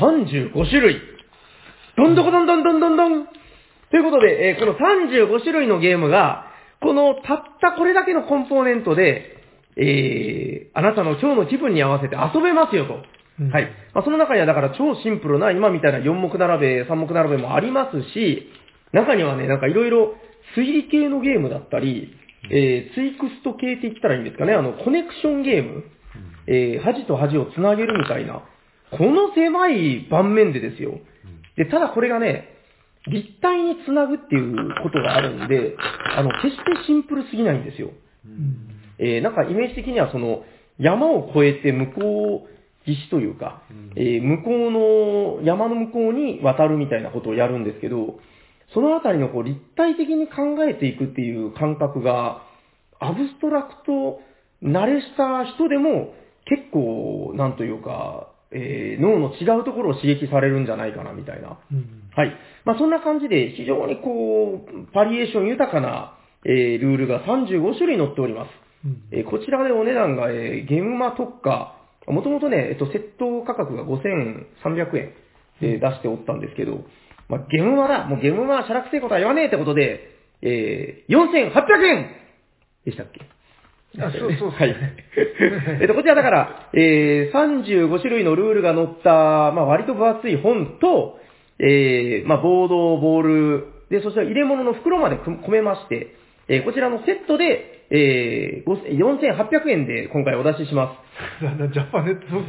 Speaker 2: 35種類。どんどんということで、この35種類のゲームが、このたったこれだけのコンポーネントで、あなたの今日の気分に合わせて遊べますよと。はい。その中にはだから超シンプルな今みたいな4目並べ、3目並べもありますし、中にはね、なんかいろいろ推理系のゲームだったり、ツイクスト系って言ったらいいんですかね、コネクションゲーム、端と端をつなげるみたいな、この狭い盤面でですよ。で、ただこれがね、立体につなぐっていうことがあるんで、決してシンプルすぎないんですよ。なんかイメージ的にはその山を越えて向こう岸というか、向こうの山の向こうに渡るみたいなことをやるんですけど、そのあたりの立体的に考えていくっていう感覚が、アブストラクト慣れした人でも結構なんというか、脳の違うところを刺激されるんじゃないかなみたいな。はい。そんな感じで非常にバリエーション豊かな、ルールが35種類載っております。こちらでお値段が、ゲームマ特価、もともとね、セット価格が5300円で出しておったんですけど、ゲームマだ、もうゲームマはしゃらくせえことは言わねえってことで、4800円でしたっけ？
Speaker 1: そう。
Speaker 2: はい。こちらだから、35種類のルールが載った、割と分厚い本と、ボード、ボール、で、そして入れ物の袋まで込めまして、こちらのセットで、4800円で今回お出しします。
Speaker 1: ジャパネット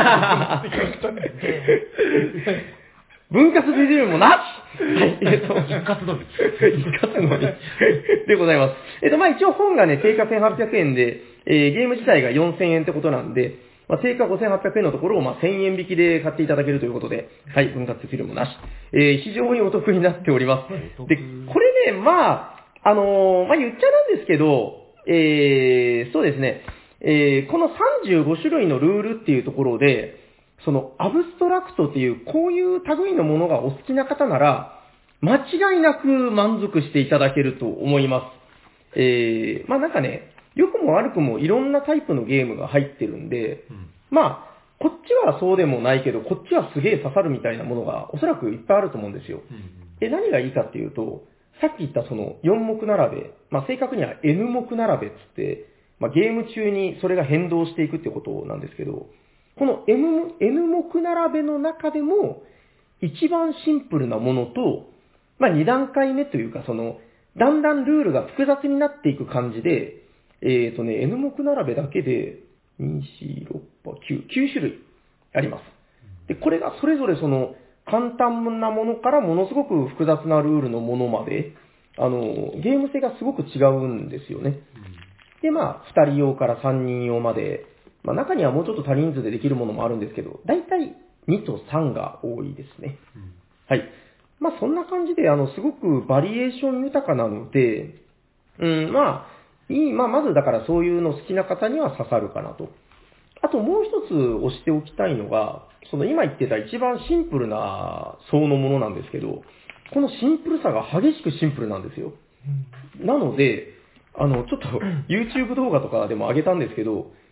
Speaker 2: 分割ビジュールもなしはい、
Speaker 4: 一括のみ。
Speaker 2: 一括のみ。でございます。一応本がね、定価1800円で、ゲーム自体が4000円ってことなんで、定価5800円のところを1000円引きで買っていただけるということで、はい、分割フィルムなし。非常にお得になっております。で、これね、言っちゃなんですけど、そうですね、この35種類のルールっていうところで、そのアブストラクトっていうこういう類のものがお好きな方なら、間違いなく満足していただけると思います。なんかね、良くも悪くもいろんなタイプのゲームが入ってるんで、こっちはそうでもないけど、こっちはすげえ刺さるみたいなものがおそらくいっぱいあると思うんですよ。で、何がいいかっていうと、さっき言ったその4目並べ、正確には N 目並べっつって、ゲーム中にそれが変動していくってことなんですけど、この N 目並べの中でも一番シンプルなものと、2段階目というか、だんだんルールが複雑になっていく感じで、N 目並べだけで、2、4、6、9種類あります。で、これがそれぞれ簡単なものからものすごく複雑なルールのものまで、ゲーム性がすごく違うんですよね。で、2人用から3人用まで、中にはもうちょっと多人数でできるものもあるんですけど、だいたい2と3が多いですね。はい。そんな感じで、すごくバリエーション豊かなので、まずだからそういうの好きな方には刺さるかなと。あともう一つ押しておきたいのが、今言ってた一番シンプルな層のものなんですけど、このシンプルさが激しくシンプルなんですよ。なので、ちょっと YouTube 動画とかでも上げたんですけど、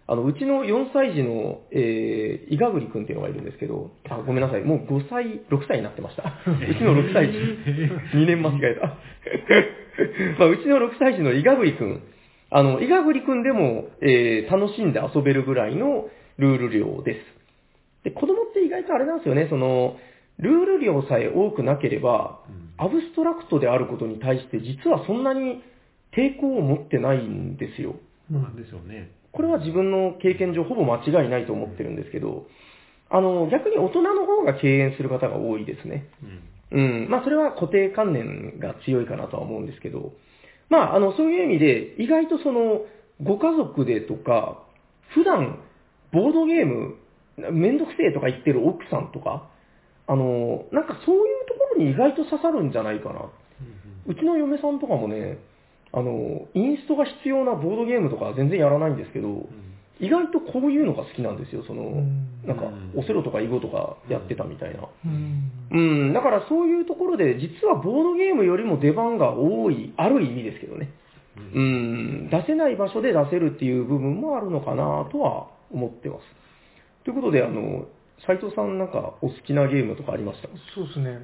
Speaker 2: うちの4歳児の、伊賀栗くんっていうのがいるんですけど、ごめんなさい、もう5歳、6歳になってました。うちの6歳児、2年間違えた。うちの6歳児の伊賀栗くん、伊賀栗くんでも、楽しんで遊べるぐらいのルール量です。で、子供って意外とあれなんですよね、ルール量さえ多くなければ、アブストラクトであることに対して実はそんなに抵抗を持ってないんですよ。
Speaker 4: そうなんでしょうね。
Speaker 2: これは自分の経験上ほぼ間違いないと思ってるんですけど、逆に大人の方が敬遠する方が多いですね。それは固定観念が強いかなとは思うんですけど、そういう意味で、意外とご家族でとか、普段、ボードゲーム、めんどくせえとか言ってる奥さんとか、なんかそういうところに意外と刺さるんじゃないかな。うちの嫁さんとかもね、インストが必要なボードゲームとかは全然やらないんですけど、意外とこういうのが好きなんですよ。なんか、オセロとか囲碁とかやってたみたいな。だからそういうところで、実はボードゲームよりも出番が多い、ある意味ですけどね。出せない場所で出せるっていう部分もあるのかなとは思ってます。ということで、斉藤さんなんかお好きなゲームとかありました？
Speaker 1: そうですね。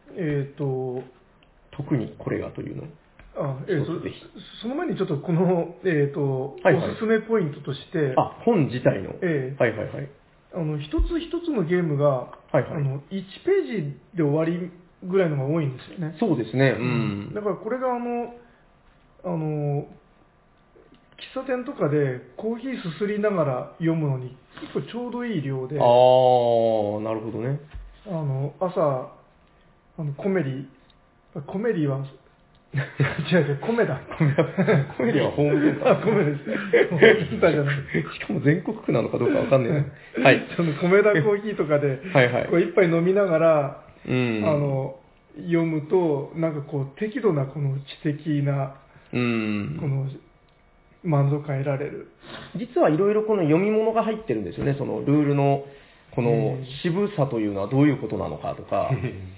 Speaker 2: 特にこれがというの。
Speaker 1: その前にちょっとこの、おすすめポイントとして、
Speaker 2: 本自体の。
Speaker 1: 一つ一つのゲームが、1ページで終わりぐらいのが多いんですよね。
Speaker 2: そうですね。
Speaker 1: だからこれが喫茶店とかでコーヒーすすりながら読むのに結構ちょうどいい量で。
Speaker 2: なるほどね。
Speaker 1: 朝、コメリは、違う、米だ。
Speaker 2: コメリはホームセンター。
Speaker 1: 米です。ホームセンターじゃない。
Speaker 2: しかも全国区なのかどうかわかんない。はい。
Speaker 1: 米田コーヒーとかで、こう一杯飲みながら、読むと、なんかこう、適度なこの知的な、この、満足感得られる。
Speaker 2: 実はいろいろこの読み物が入ってるんですよね、そのルールの、この渋さというのはどういうことなのかとか。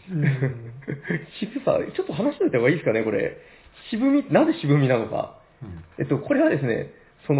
Speaker 2: 渋さ、ちょっと話しておいた方がいいですかね、これ。なぜ渋みなのか。これはですね、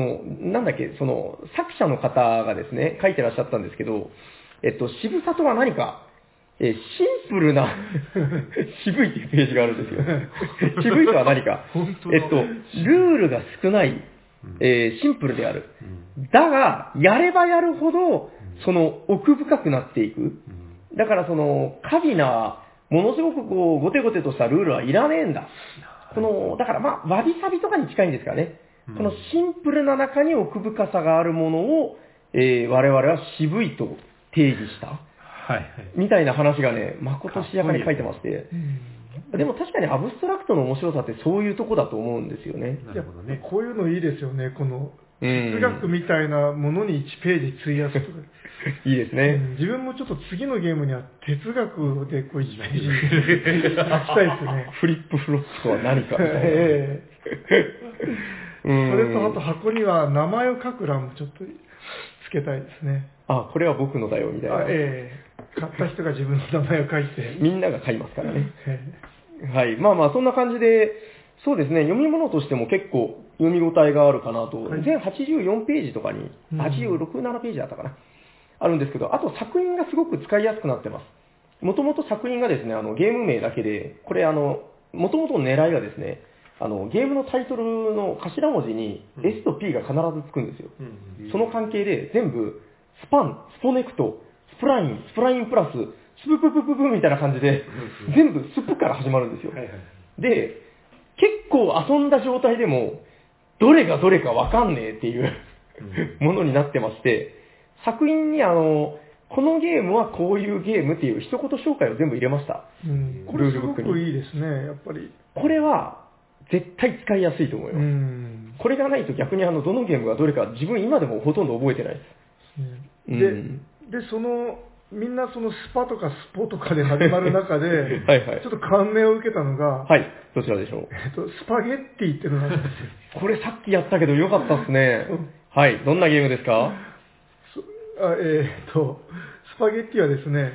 Speaker 2: 作者の方がですね、書いてらっしゃったんですけど、渋さとは何か、シンプルな渋いっていうページがあるんですよ。渋いとは何か。ルールが少ない、シンプルである。だが、やればやるほど、奥深くなっていく。だから過敏な、ものすごくゴテゴテとしたルールはいらねえんだ。だからわびさびとかに近いんですかね。このシンプルな中に奥深さがあるものを、我々は渋いと定義した。みたいな話がね、まことしやかに書いてまして。でも確かにアブストラクトの面白さってそういうとこだと思うんですよね。
Speaker 1: なるほどね。こういうのいいですよね。この、哲学みたいなものに1ページ費やすとか。
Speaker 2: いいですね。
Speaker 1: 自分もちょっと次のゲームには哲学でこう1ページ書きたいですね。
Speaker 2: フリップフロップとは何かみたいな。
Speaker 1: それとあと箱には名前を書く欄もちょっとつけたいですね。
Speaker 2: これは僕のだよみたいな。
Speaker 1: 買った人が自分の名前を書いて。
Speaker 2: みんなが買いますからね。はい。そんな感じで、そうですね、読み物としても結構読み応えがあるかなと。全84ページとかに、86、7ページだったかな。あるんですけど、あと作品がすごく使いやすくなってます。もともと作品がですね、ゲーム名だけで、これもともとの狙いがですね、ゲームのタイトルの頭文字に S と P が必ずつくんですよ。その関係で全部、スパン、スポネクト、スプラインプラス、スプププププみたいな感じで、全部スプから始まるんですよ。で、結構遊んだ状態でも、どれがどれかわかんねえっていうものになってまして、作品にこのゲームはこういうゲームっていう一言紹介を全部入れました。
Speaker 1: これすごくいいですね、やっぱり。
Speaker 2: これは絶対使いやすいと思います。これがないと逆にどのゲームがどれか自分今でもほとんど覚えてないです。
Speaker 1: で、みんなスパとかスポとかで始まる中で、ちょっと感銘を受けたのが、
Speaker 2: どちらでしょう。
Speaker 1: スパゲッティっていうのがあるんですよ。
Speaker 2: これさっきやったけどよかったですね。どんなゲームですか？
Speaker 1: スパゲッティはですね、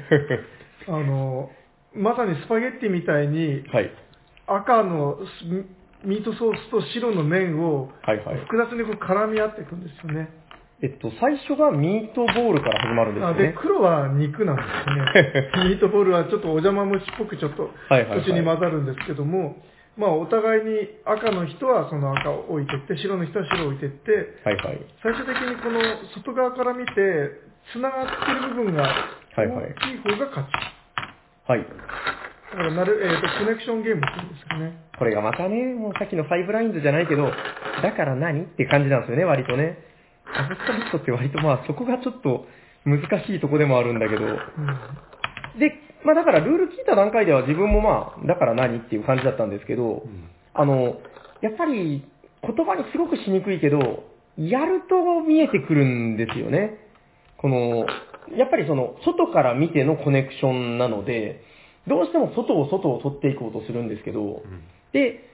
Speaker 1: まさにスパゲッティみたいに、赤のミートソースと白の麺を複雑に絡み合っていくんですよね。
Speaker 2: 最初がミートボールから始まるんですよね。
Speaker 1: で、黒は肉なんですね。ミートボールはちょっとお邪魔虫っぽくちょっと途中に混ざるんですけども、まあお互いに赤の人はその赤を置いてって、白の人は白を置いてって、
Speaker 2: はいはい、
Speaker 1: 最終的にこの外側から見て、繋がってる部分が大きい方が勝ち。はい。だからコネクションゲームって言うんですよね。
Speaker 2: これがまたね、もうさっきのファイブラインズじゃないけど、だから何って感じなんですよね、割とね。アボットビットって割とまあそこがちょっと難しいとこでもあるんだけど、で、まあだからルール聞いた段階では自分もまあ、だから何っていう感じだったんですけど、やっぱり言葉にすごくしにくいけど、やると見えてくるんですよね。やっぱりその、外から見てのコネクションなので、どうしても外を取っていこうとするんですけど、で、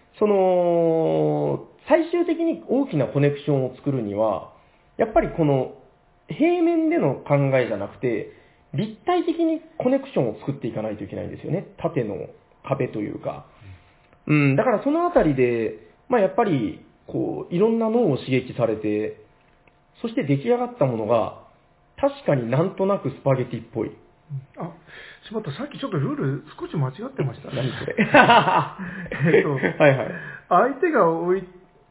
Speaker 2: 最終的に大きなコネクションを作るには、やっぱりこの平面での考えじゃなくて、立体的にコネクションを作っていかないといけないんですよね。縦の壁というか。だからそのあたりで、まあやっぱり、いろんな脳を刺激されて、そして出来上がったものが、確かになんとなくスパゲティっぽい。
Speaker 1: しまった、さっきちょっとルール少し間違ってましたね。
Speaker 2: 何それはいはい。
Speaker 1: 相手がはい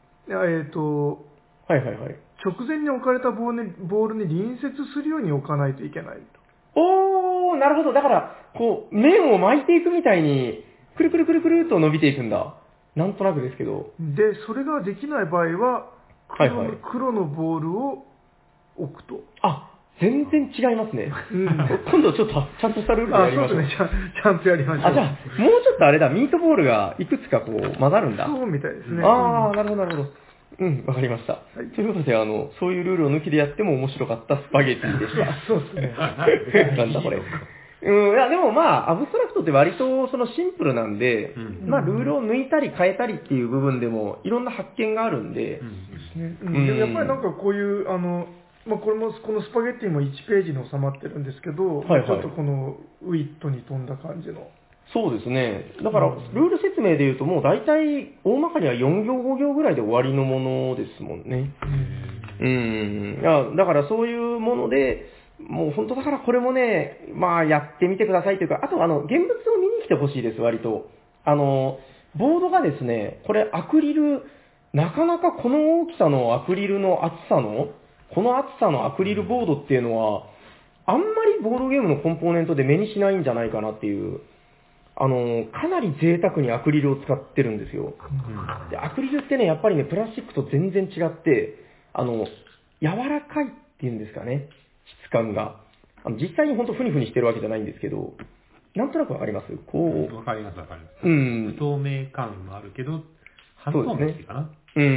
Speaker 2: はいはい。
Speaker 1: 直前に置かれたボールに隣接するように置かないといけないと。
Speaker 2: なるほど。だから、面を巻いていくみたいに、くるくるくるくるっと伸びていくんだ。なんとなくですけど。
Speaker 1: で、それができない場合は、黒のボールを置くと。
Speaker 2: 全然違いますね。今度ちょっとちゃんとしたルールでやりましょう。
Speaker 1: そうですね。ちゃんとやりましょう。
Speaker 2: じゃあ、もうちょっとあれだ、ミートボールがいくつか混ざるんだ。
Speaker 1: そうみたいですね。
Speaker 2: なるほどなるほど。わかりました。ということで、そういうルールを抜きでやっても面白かったスパゲティでした。
Speaker 1: そうですね。
Speaker 2: なんだこれ。いや、でもまあ、アブストラクトって割とそのシンプルなんで、まあ、ルールを抜いたり変えたりっていう部分でも、いろんな発見があるんで。
Speaker 1: でもやっぱりなんかこういう、まあ、このスパゲッティも1ページに収まってるんですけど、ちょっとこのウィットに飛んだ感じの。
Speaker 2: そうですね。だから、ルール説明で言うと、もう大体、大まかには4行5行ぐらいで終わりのものですもんね。いや、だからそういうもので、もう本当だからこれもね、まあやってみてくださいというか、あと現物を見に来てほしいです、割と。ボードがですね、これアクリル、なかなかこの大きさのアクリルの厚さの、この厚さのアクリルボードっていうのは、あんまりボードゲームのコンポーネントで目にしないんじゃないかなっていう、かなり贅沢にアクリルを使ってるんですよ。でアクリルってね、やっぱりね、プラスチックと全然違って、柔らかいっていうんですかね、質感が。実際に本当フニフニしてるわけじゃないんですけど、なんとなくわかります？
Speaker 4: わかります。不透明感もあるけど、半透明っていうかな。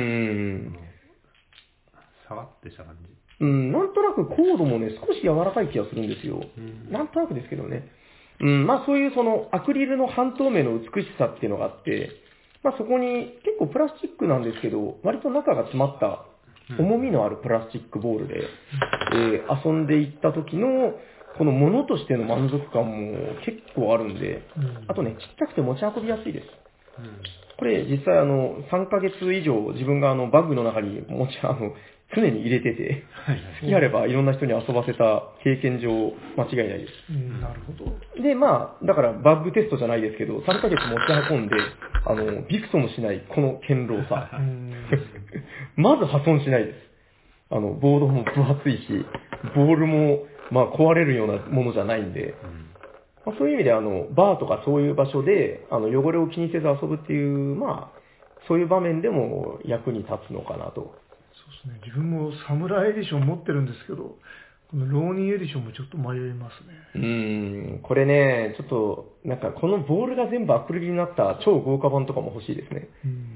Speaker 4: さわってした感じ。
Speaker 2: なんとなくコードもね、少し柔らかい気がするんですよ。なんとなくですけどね。まあそういうそのアクリルの半透明の美しさっていうのがあって、まあそこに結構プラスチックなんですけど、割と中が詰まった重みのあるプラスチックボールで、遊んでいった時のこのものとしての満足感も結構あるんで、あとね、ちっちゃくて持ち運びやすいです。これ実際3ヶ月以上自分がバッグの中に常に入れてて、好きあればいろんな人に遊ばせた経験上間違いないです。
Speaker 1: なるほど。
Speaker 2: で、まあ、だからバッグテストじゃないですけど、3ヶ月持ち運んで、びくともしないこの堅牢さ。まず破損しないです。ボードも分厚いし、ボールも、まあ壊れるようなものじゃないんで、まあ、そういう意味でバーとかそういう場所で、汚れを気にせず遊ぶっていう、まあ、そういう場面でも役に立つのかなと。
Speaker 1: そうですね。自分もサムライエディション持ってるんですけど、このローニーエディションもちょっと迷いますね。
Speaker 2: これね、ちょっと、なんかこのボールが全部アクリルになった超豪華版とかも欲しいですね。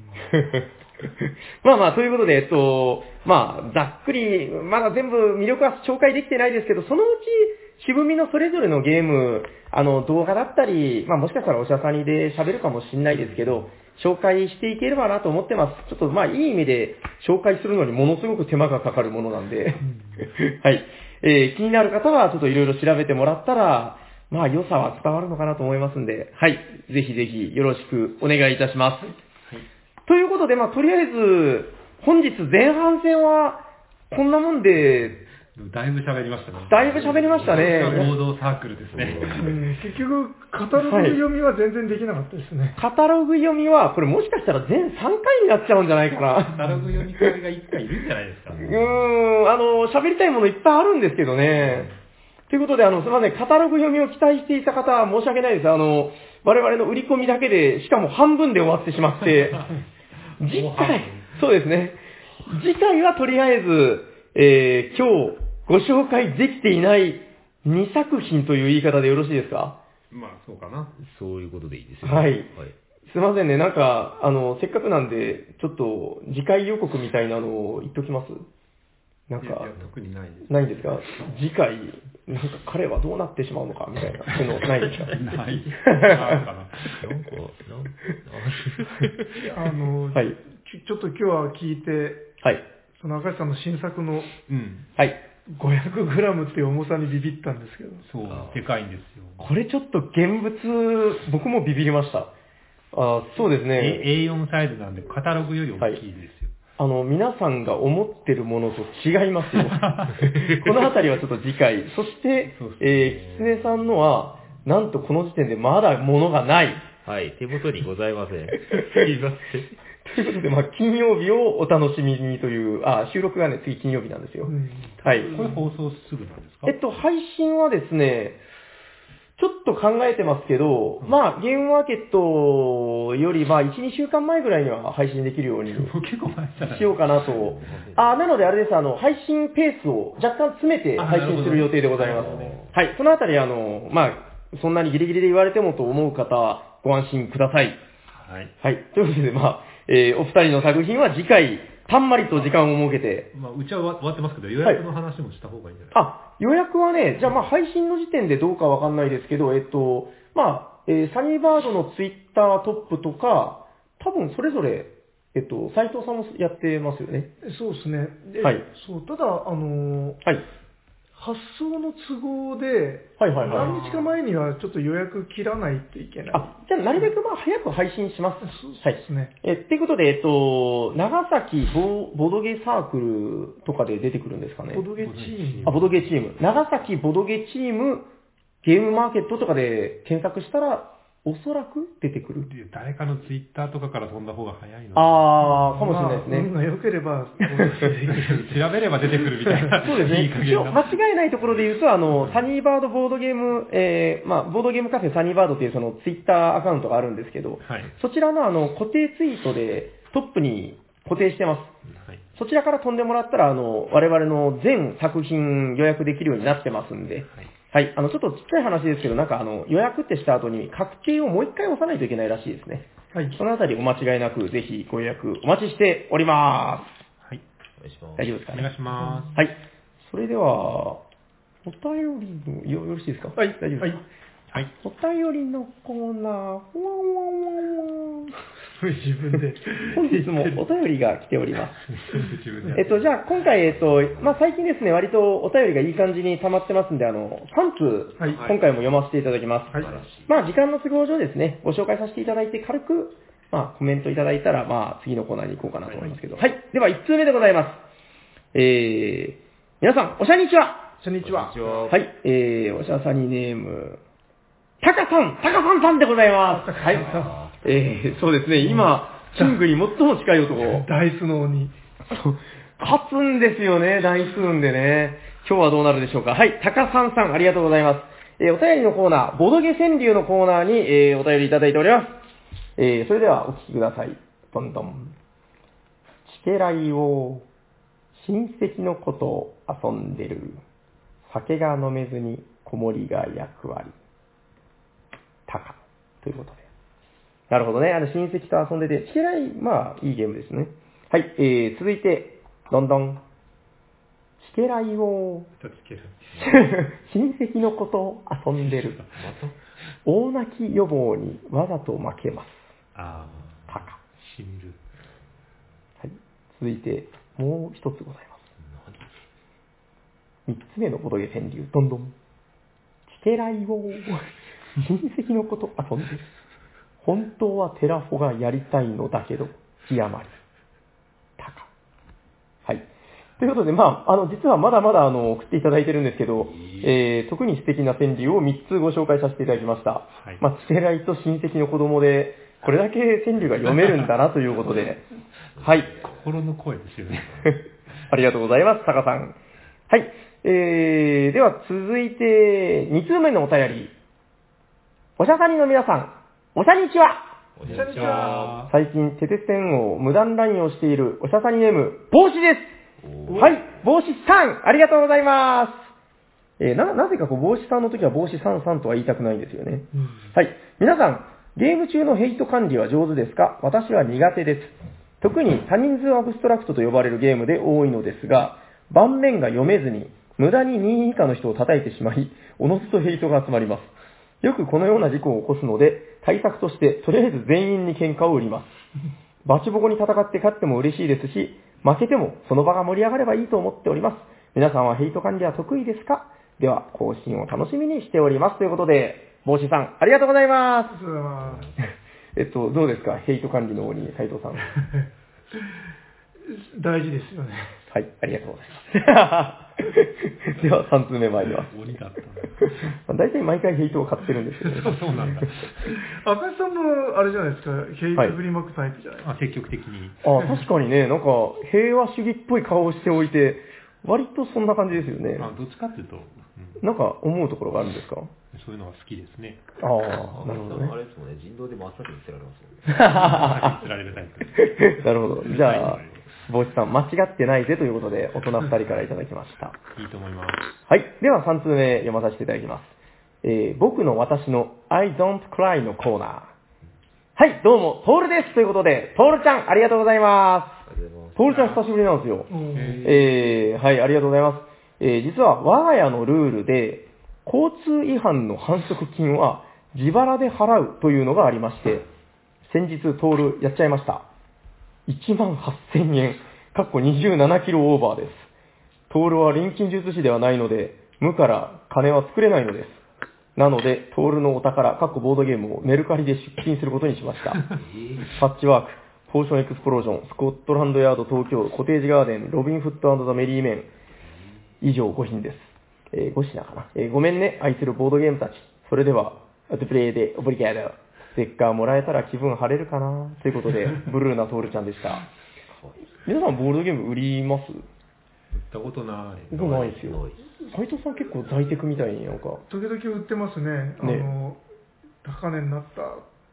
Speaker 2: まあまあ、ということで、まあ、ざっくり、まだ全部魅力は紹介できてないですけど、そのうち、渋みのそれぞれのゲーム、動画だったり、まあもしかしたらおしゃさにで喋るかもしれないですけど、紹介していければなと思ってます。ちょっとまあいい意味で紹介するのにものすごく手間がかかるものなんで、はい。気になる方はちょっといろいろ調べてもらったら、まあ良さは伝わるのかなと思いますんで、はい。ぜひぜひよろしくお願いいたします。ということで、まあとりあえず、本日前半戦は、 こんなもんで、
Speaker 4: だいぶ喋りましたね。
Speaker 2: だいぶ喋りましたね。
Speaker 4: 合同サークルですね。
Speaker 1: 結局、カタログ読みは全然できなかったですね。
Speaker 2: カタログ読みは、これもしかしたら全3回になっちゃうんじゃないかな。
Speaker 4: カタログ読み会が1回いるんじゃないですか。
Speaker 2: 喋りたいものいっぱいあるんですけどね。ということで、すみません、カタログ読みを期待していた方は申し訳ないです。我々の売り込みだけで、しかも半分で終わってしまって、次回、そうですね。次回はとりあえず、今日ご紹介できていない2作品という言い方でよろしいですか？
Speaker 4: まあ、そうかな。
Speaker 3: そういうことでいいですよね。
Speaker 2: はい。すいませんね、なんか、せっかくなんで、ちょっと、次回予告みたいなのを言っときます？なんか、
Speaker 4: いや特にないです。
Speaker 2: ないんですか？次回、なんか彼はどうなってしまうのかみたいな、そういうのないですか？
Speaker 4: ない。あるかな。
Speaker 2: はい。
Speaker 1: ちょっと今日は聞いて、
Speaker 2: はい。
Speaker 1: その赤石さんの新作の、
Speaker 2: はい。
Speaker 1: 500g っていう重さにビビったんですけど。
Speaker 4: そう、でかいんですよ。
Speaker 2: これちょっと現物、僕もビビりました。そうですね。
Speaker 4: A4 サイズなんで、カタログより大きいですよ。
Speaker 2: 皆さんが思ってるものと違いますよ。このあたりはちょっと次回。そして、キツネさんのは、なんとこの時点でまだ物がない。
Speaker 3: はい、手元にございません。すいません。
Speaker 2: ということで、金曜日をお楽しみにという、収録がね、次金曜日なんですよ。はい。
Speaker 4: これ放送すぐなんですか？
Speaker 2: 配信はですね、ちょっと考えてますけど、ゲームマーケットより、1、2週間前ぐらいには配信できるように
Speaker 4: 結構前じゃない
Speaker 2: しようかなと。なのであれです、配信ペースを若干詰めて配信する予定でございます。はい。そのあたり、そんなにギリギリで言われてもと思う方はご安心ください。
Speaker 4: はい。
Speaker 2: はい。ということで、お二人の作品は次回、たんまりと時間を設けて。
Speaker 4: うちは終わってますけど、予約の話もした方がいいんじゃないですか？
Speaker 2: 予約はね、じゃあ配信の時点でどうかわかんないですけど、サニーバードのツイッタートップとか、多分それぞれ、斉藤さんもやってますよね。
Speaker 1: そうですね。
Speaker 2: はい。
Speaker 1: そう、ただ、発送の都合で、何日か前にはちょっと予約切らないといけない。
Speaker 2: じゃあなるべく早く配信します。
Speaker 1: そうですね。
Speaker 2: っていうことで、長崎ボドゲサークルとかで出てくるんですかね。
Speaker 1: ボドゲチーム。
Speaker 2: ボドゲチーム。長崎ボドゲチームゲームマーケットとかで検索したら、おそらく出てくる。
Speaker 4: 誰かのツイッターとかから飛んだ方が早いの
Speaker 2: かもしれないですね。
Speaker 1: 運が良ければ、
Speaker 4: 調べれば出てくるみたいな。
Speaker 2: そうですね。間違いないところで言うと、サニーバードボードゲーム、ボードゲームカフェサニーバードっていうそのツイッターアカウントがあるんですけど、そちらの固定ツイートでトップに固定してます。そちらから飛んでもらったら、我々の全作品予約できるようになってますんで、はい。ちょっとちっちゃい話ですけど、予約ってした後に確定をもう一回押さないといけないらしいですね。はい。そのあたりお間違いなく、ぜひご予約お待ちしております。
Speaker 4: はい。
Speaker 3: お願いします。
Speaker 2: 大丈夫ですかね。
Speaker 4: お願いします。
Speaker 2: はい。それでは、お便りの、よろしいですか？
Speaker 1: はい。
Speaker 2: 大丈夫ですか？はい。お便りのコーナー、ワンワンワンワン。
Speaker 1: 自分で。
Speaker 2: 本日もお便りが来ております。じゃあ今回、最近ですね、割とお便りがいい感じに溜まってますんで、3通、今回も読ませていただきます。時間の都合上ですね、ご紹介させていただいて、軽く、コメントいただいたら、次のコーナーに行こうかなと思いますけど。はい。では、1通目でございます。皆さん、おしゃにちは。
Speaker 1: こんにちは。
Speaker 2: はい。おしゃさにネーム、タカさんでございます。はい。そうですね、今、キングに最も近い男。
Speaker 1: ダイスの鬼。
Speaker 2: 勝つんですよね、ダイス運でね。今日はどうなるでしょうか。はい、タカさん、ありがとうございます。お便りのコーナー、ボドゲ川柳のコーナーに、お便りいただいております。それではお聞きください。どんどん。チケライを、親戚の子と遊んでる。酒が飲めずに子守が役割。タカ。ということで。なるほどね。親戚と遊んでて、チケライ、いいゲームですね。はい、続いて、どんどん。チケライを、親戚の子と遊んでる。大泣き予防にわざと負けます。タカ。
Speaker 4: しみる。
Speaker 2: はい、続いて、もう一つございます。三つ目のボドゲ川柳、どんどん。チケライを、親戚の子と遊んでる。本当はテラフォがやりたいのだけど、極まり。タカ。はい。 ということで、実はまだまだ送っていただいてるんですけど、特に素敵な川柳を3つご紹介させていただきました。はい、チセライと親戚の子供で、これだけ川柳が読めるんだなということで、はい。
Speaker 4: 心の声ですよね。
Speaker 2: ありがとうございます、タカさん。はい。では続いて、2通目のお便り。おしゃさにの皆さん、おしゃにちは。
Speaker 4: おしゃにちは。
Speaker 2: 最近、テテステンを無断乱用しているおしゃさにネーム、帽子です。はい、帽子さん、ありがとうございます。なぜか帽子さんの時は帽子さんさんとは言いたくないんですよね。はい。皆さん、ゲーム中のヘイト管理は上手ですか？私は苦手です。特に多人数アブストラクトと呼ばれるゲームで多いのですが、盤面が読めずに、無駄に2位以下の人を叩いてしまい、おのずとヘイトが集まります。よくこのような事故を起こすので、対策として、とりあえず全員に喧嘩を売ります。バチボコに戦って勝っても嬉しいですし、負けてもその場が盛り上がればいいと思っております。皆さんはヘイト管理は得意ですか？では、更新を楽しみにしております。ということで、帽子さん、ありがとうございます。
Speaker 1: ありがとうございます。
Speaker 2: どうですか？ヘイト管理の鬼、斉藤さん。
Speaker 1: 大事ですよね。
Speaker 2: はい、ありがとうございます。では、3通目参ります。
Speaker 4: 鬼だった
Speaker 2: 大体毎回ヘイトを買ってるんですけど、ね、
Speaker 4: そうなんだ。
Speaker 1: 赤井さんも、あれじゃないですか、ヘイト振りまくタイプじゃないですか。
Speaker 4: 積極的に。
Speaker 2: 確かにね、なんか、平和主義っぽい顔をしておいて、割とそんな感じですよね。
Speaker 4: どっちかっていうと、
Speaker 2: なんか思うところがあるんですか？
Speaker 4: そういうのが好きですね。
Speaker 3: なるほどね。あれですもんね、人道で真っ先に捨てられますもんね。
Speaker 4: 捨てられるタイプ。
Speaker 2: なるほど。じゃあ、帽子さん、間違ってないぜということで、大人2人からいただきました。
Speaker 4: いいと思います。
Speaker 2: はい。では3通目読まさせていただきます。僕の私の I don't cry のコーナー。はい、どうも、トールですということで、トールちゃん、ありがとうございます。トールちゃん久しぶりなんですよ。はい、ありがとうございます。実は我が家のルールで、交通違反の反則金は自腹で払うというのがありまして、先日トールやっちゃいました。18,000円、27キロオーバーです。トールは錬金術師ではないので、無から金は作れないのです。なので、トールのお宝、ボードゲームをメルカリで出品することにしました。パッチワーク、ポーションエクスプロージョン、スコットランドヤード東京、コテージガーデン、ロビンフット&ザ・メリーメン。以上5品です。5品かな。ごめんね、愛するボードゲームたち。それでは、アトプレイでオブリガード。ステッカーもらえたら気分晴れるかなということで、ブルーなトールちゃんでした。皆さんボードゲーム売ります？
Speaker 4: 売ったことない。
Speaker 2: 僕ないですよ。斉藤さん結構在宅みたいになんか。
Speaker 1: 時々売ってますね。高値になった。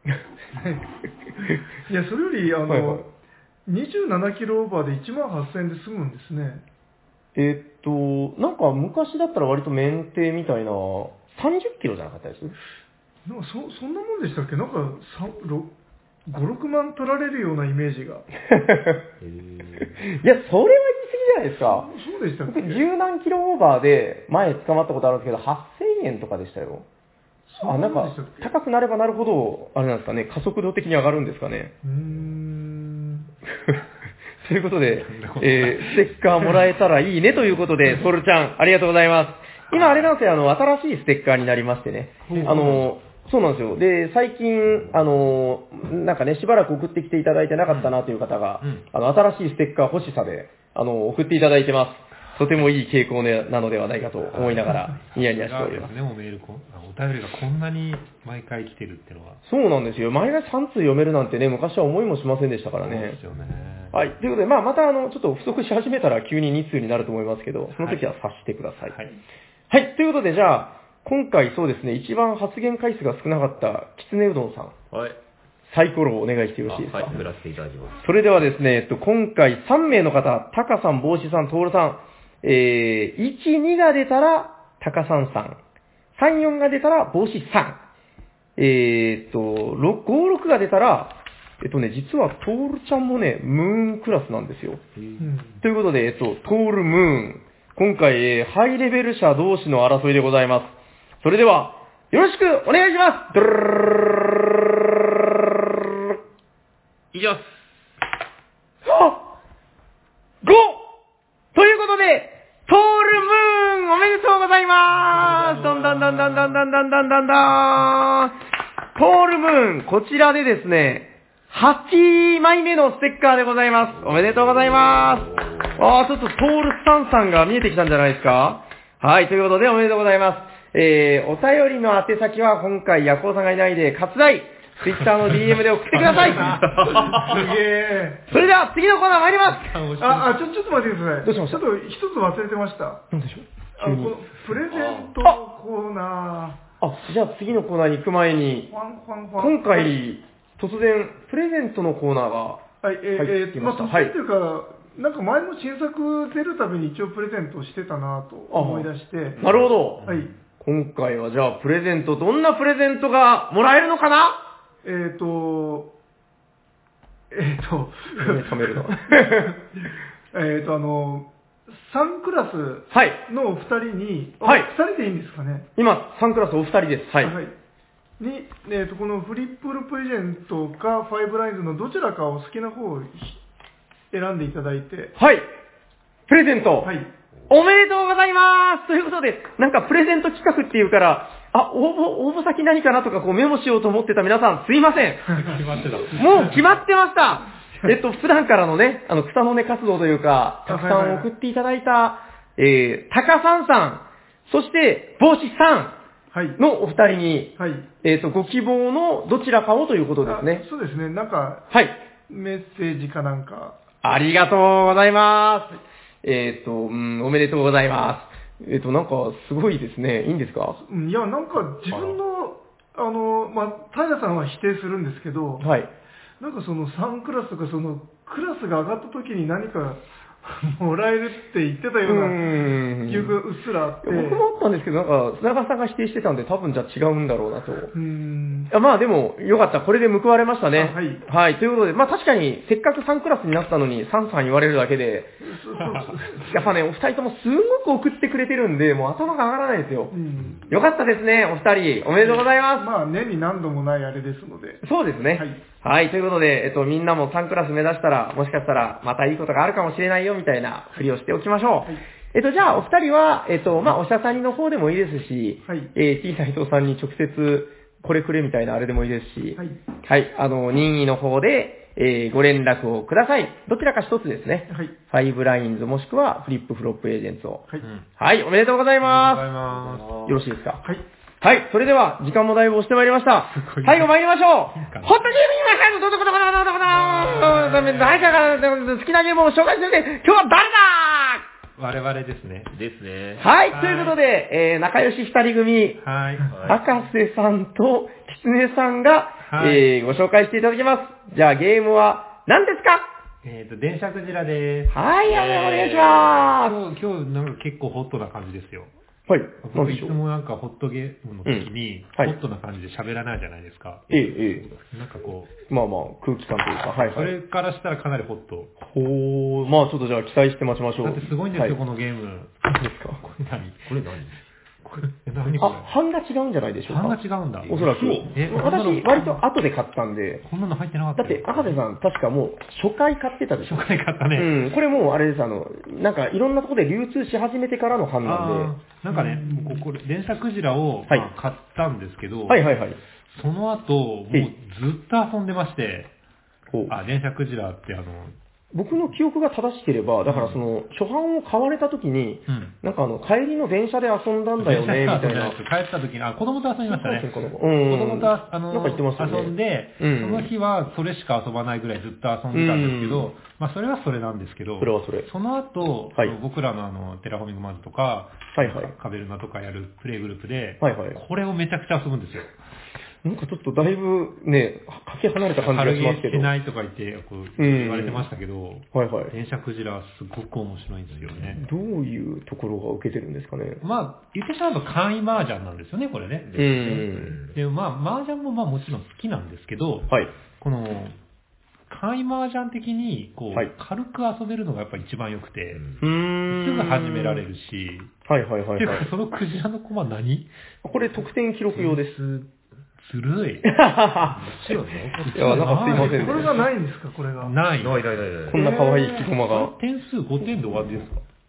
Speaker 1: いや、それより、27キロオーバーで18,000円で済むんですね。
Speaker 2: なんか昔だったら割と免停みたいな、30キロじゃなかったです？
Speaker 1: なんかそんなもんでしたっけ？なんか5、6万取られるようなイメージが。
Speaker 2: いや、それは言い過ぎじゃないですか。
Speaker 1: そうでしたっけ？
Speaker 2: 10何キロオーバーで前捕まったことあるんですけど、8,000円とかでしたよ。なんか高くなればなるほど、あれなんですかね、加速度的に上がるんですかね。ということで、ステッカーもらえたらいいねということで、トルちゃん、ありがとうございます。今あれなんですよ、新しいステッカーになりましてね。そうなんですよ。で、最近、なんかね、しばらく送ってきていただいてなかったなという方が、新しいステッカー欲しさで、送っていただいてます。とてもいい傾向なのではないかと思いながら、ニヤニヤしております。
Speaker 4: ね、お便りがこんなに毎回来てるっていうのは。
Speaker 2: そうなんですよ。毎回3通読めるなんてね、昔は思いもしませんでしたからね。
Speaker 4: そうですよね。
Speaker 2: はい。ということで、またちょっと不足し始めたら急に2通になると思いますけど、その時は察してください。はい。はい。ということで、じゃあ、今回そうですね、一番発言回数が少なかったきつねうどんさん。
Speaker 3: はい。
Speaker 2: サイコロをお願いしてよろしいですか？
Speaker 3: はい、振らせていただきます。
Speaker 2: それではですね、今回3名の方、タカさん、帽子さん、トールさん、1、2が出たら、タカさんさん、3、4が出たら、帽子さん、5、6が出たら、実はトールちゃんもね、ムーンクラスなんですよ。ということで、トールムーン、今回、ハイレベル者同士の争いでございます。それでは、よろしくお願いします。
Speaker 3: 以上。
Speaker 2: 5! ということで、トールムーンおめでとうございます。どんどんどんどんどんどんどんどんどんどん。トールムーン、こちらでですね、 8枚目のステッカーでございます。おめでとうございます。ちょっとトールスタンさんが見えてきたんじゃないですか。はい、ということでおめでとうございます。お便りの宛先は今回ヤコウさんがいないで割愛、ツイッターの DM で送ってください。
Speaker 1: すげえ。
Speaker 2: それでは次のコーナー参ります。
Speaker 1: ちょっと待ってください。
Speaker 2: どうしました？
Speaker 1: ちょっと一つ忘れてました。
Speaker 2: なんでしょう？
Speaker 1: このプレゼントのコーナ
Speaker 2: ー。じゃあ次のコーナーに行く前に、今回、突然、プレゼントのコーナーが入ってきました。
Speaker 1: 突然というか、なんか前の新作出るたびに一応プレゼントしてたなと思い出して。
Speaker 2: なるほど。
Speaker 1: はい。
Speaker 2: 今回はじゃあプレゼント、どんなプレゼントがもらえるのかな？
Speaker 1: 冷めるな。3クラスのお二人に、
Speaker 2: はい。
Speaker 1: 2人でいいんですかね。
Speaker 2: 今、3クラスお二人です。はい。
Speaker 1: に、このフリップルプレゼントかファイブラインズのどちらかを好きな方を選んでいただいて。
Speaker 2: はい。プレゼント。
Speaker 1: はい。
Speaker 2: おめでとうございますということで、なんかプレゼント企画っていうから、応募先何かなとかこうメモしようと思ってた皆さん、すいません。
Speaker 4: 決まってた。
Speaker 2: もう決まってました。普段からのね、草の根活動というか、たくさん送っていただいた、タカさんさん、そして、帽子さんのお二人に、
Speaker 1: はい。
Speaker 2: ご希望のどちらかをということですね。
Speaker 1: そうですね、なんか、
Speaker 2: はい。
Speaker 1: メッセージかなんか。
Speaker 2: ありがとうございます。おめでとうございます。なんか、すごいですね。いいんですか？
Speaker 1: いや、なんか、自分の、平さんは否定するんですけど、
Speaker 2: はい。
Speaker 1: なんかその3クラスとか、その、クラスが上がった時に何か、もらえるって言ってたような記憶がうっすらあって。
Speaker 2: 僕もあったんですけど、なんか、砂川さんが否定してたんで、多分じゃあ違うんだろうなと。まあでも、よかった。これで報われましたね。
Speaker 1: はい。
Speaker 2: はい。ということで、まあ確かに、せっかく3クラスになったのに、3言われるだけで、やっぱね、お二人ともすんごく送ってくれてるんで、もう頭が上がらないですよ。よかったですね、お二人。おめでとうございます。
Speaker 1: まあ年に何度もないあれですので。
Speaker 2: そうですね。はい。ということで、みんなも3クラス目指したら、もしかしたら、またいいことがあるかもしれないよ、みたいなふりをしておきましょう。じゃあ、お二人は、まあ、おしゃさんの方でもいいですし、T 斎藤さんに直接、これくれみたいなあれでもいいですし、はい。任意の方で、ご連絡をください。どちらか一つですね。はい。ファイブラインズもしくは、フリップフロップエージェンツを。はい。はい、おめでとうございます。
Speaker 4: ありがとうございます。
Speaker 2: よろしいですか？
Speaker 1: はい。
Speaker 2: はい、それでは、時間もだいぶ押してまいりました。最後参りましょう。ホットゲームにましたどこ好きなゲームを紹介するで、今日は誰だ
Speaker 4: 我々ですね。
Speaker 3: ですね。
Speaker 2: はい、ということで、仲良し二人組、
Speaker 4: はい。
Speaker 2: 博士さんとキツネさんが、ご紹介していただきます。じゃあ、ゲームは何ですか？
Speaker 4: 電車クジラです。
Speaker 2: はい、お願いしま
Speaker 4: す。今日なんか結構ホットな感じですよ。
Speaker 2: はい。
Speaker 4: 僕いつもなんかホットゲームの時に、ホットな感じで喋らないじゃないですか。なんかこう。
Speaker 2: まあまあ、空気感というか、はい。
Speaker 4: それからしたらかなりホット。
Speaker 2: まあちょっとじゃあ期待して待ちましょう。
Speaker 4: だってすごいんですよ、このゲーム。
Speaker 2: 何ですか？
Speaker 4: これ何？
Speaker 2: 版が違うんじゃないでしょうか？
Speaker 4: 版が違うんだ。
Speaker 2: おそらく。私、割と後で買ったんで。
Speaker 4: こんなの入ってなかった。
Speaker 2: だって、博士さん、確かもう、初回買ってたでしょ？
Speaker 4: 初回買ったね。
Speaker 2: これもう、あれです、なんか、いろんなところで流通し始めてからの版なんで。
Speaker 4: なんかね、これ、電車クジラを買ったんですけど、その後、もうずっと遊んでまして、電車クジラって
Speaker 2: 僕の記憶が正しければ、だからその、初版を買われた時に、なんか帰りの電車で遊んだんだよね、みたいな。
Speaker 4: 帰った時に、子供と遊びましたね。子供と遊んで、その日はそれしか遊ばないぐらいずっと遊んでたんですけど、まあそれはそれなんですけど、その後、僕らのテラフォーミングマンズとか、カベルナとかやるプレイグループで、これをめちゃくちゃ遊ぶんですよ。
Speaker 2: なんかちょっとだいぶね、かけ離れた感じがしますけど。
Speaker 4: しないとか言って言われてましたけど、電車クジラはすごく面白いんですよね。
Speaker 2: どういうところが受けてるんですかね。
Speaker 4: まあ、言ってしまえば簡易麻雀なんですよね、これね。で、まあ、麻雀もまあもちろん好きなんですけど、この、簡易麻雀的に、こう、軽く遊べるのがやっぱり一番良くて、すぐ始められるし、っていうか、そのクジラのコマ何？
Speaker 2: これ得点記録用です。
Speaker 4: ずるい。
Speaker 2: いや、なんかすいませんね。
Speaker 1: これがないんですか、これが。
Speaker 4: ない。
Speaker 2: こんな可愛い生き駒が。
Speaker 4: 点数5点で終わりですか？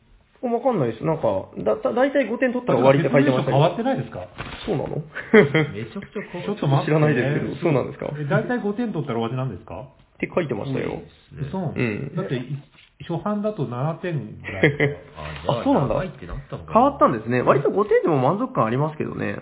Speaker 2: わかんないです。なんか、だいたい5点取ったら終わりって書いてましたけど。
Speaker 4: 変わってないですか？
Speaker 2: そうなの
Speaker 3: めちゃくちゃ
Speaker 4: ちょっと待って、
Speaker 2: 知らないですけど、そうなんですか？
Speaker 4: だいたい5点取ったら終わりなんですか？
Speaker 2: って書いてましたよ。
Speaker 4: そう。
Speaker 2: うん。
Speaker 4: だって、初版だと7点ぐらい。
Speaker 2: あ、そうなんだ。変わったんですね。割と5点でも満足感ありますけどね。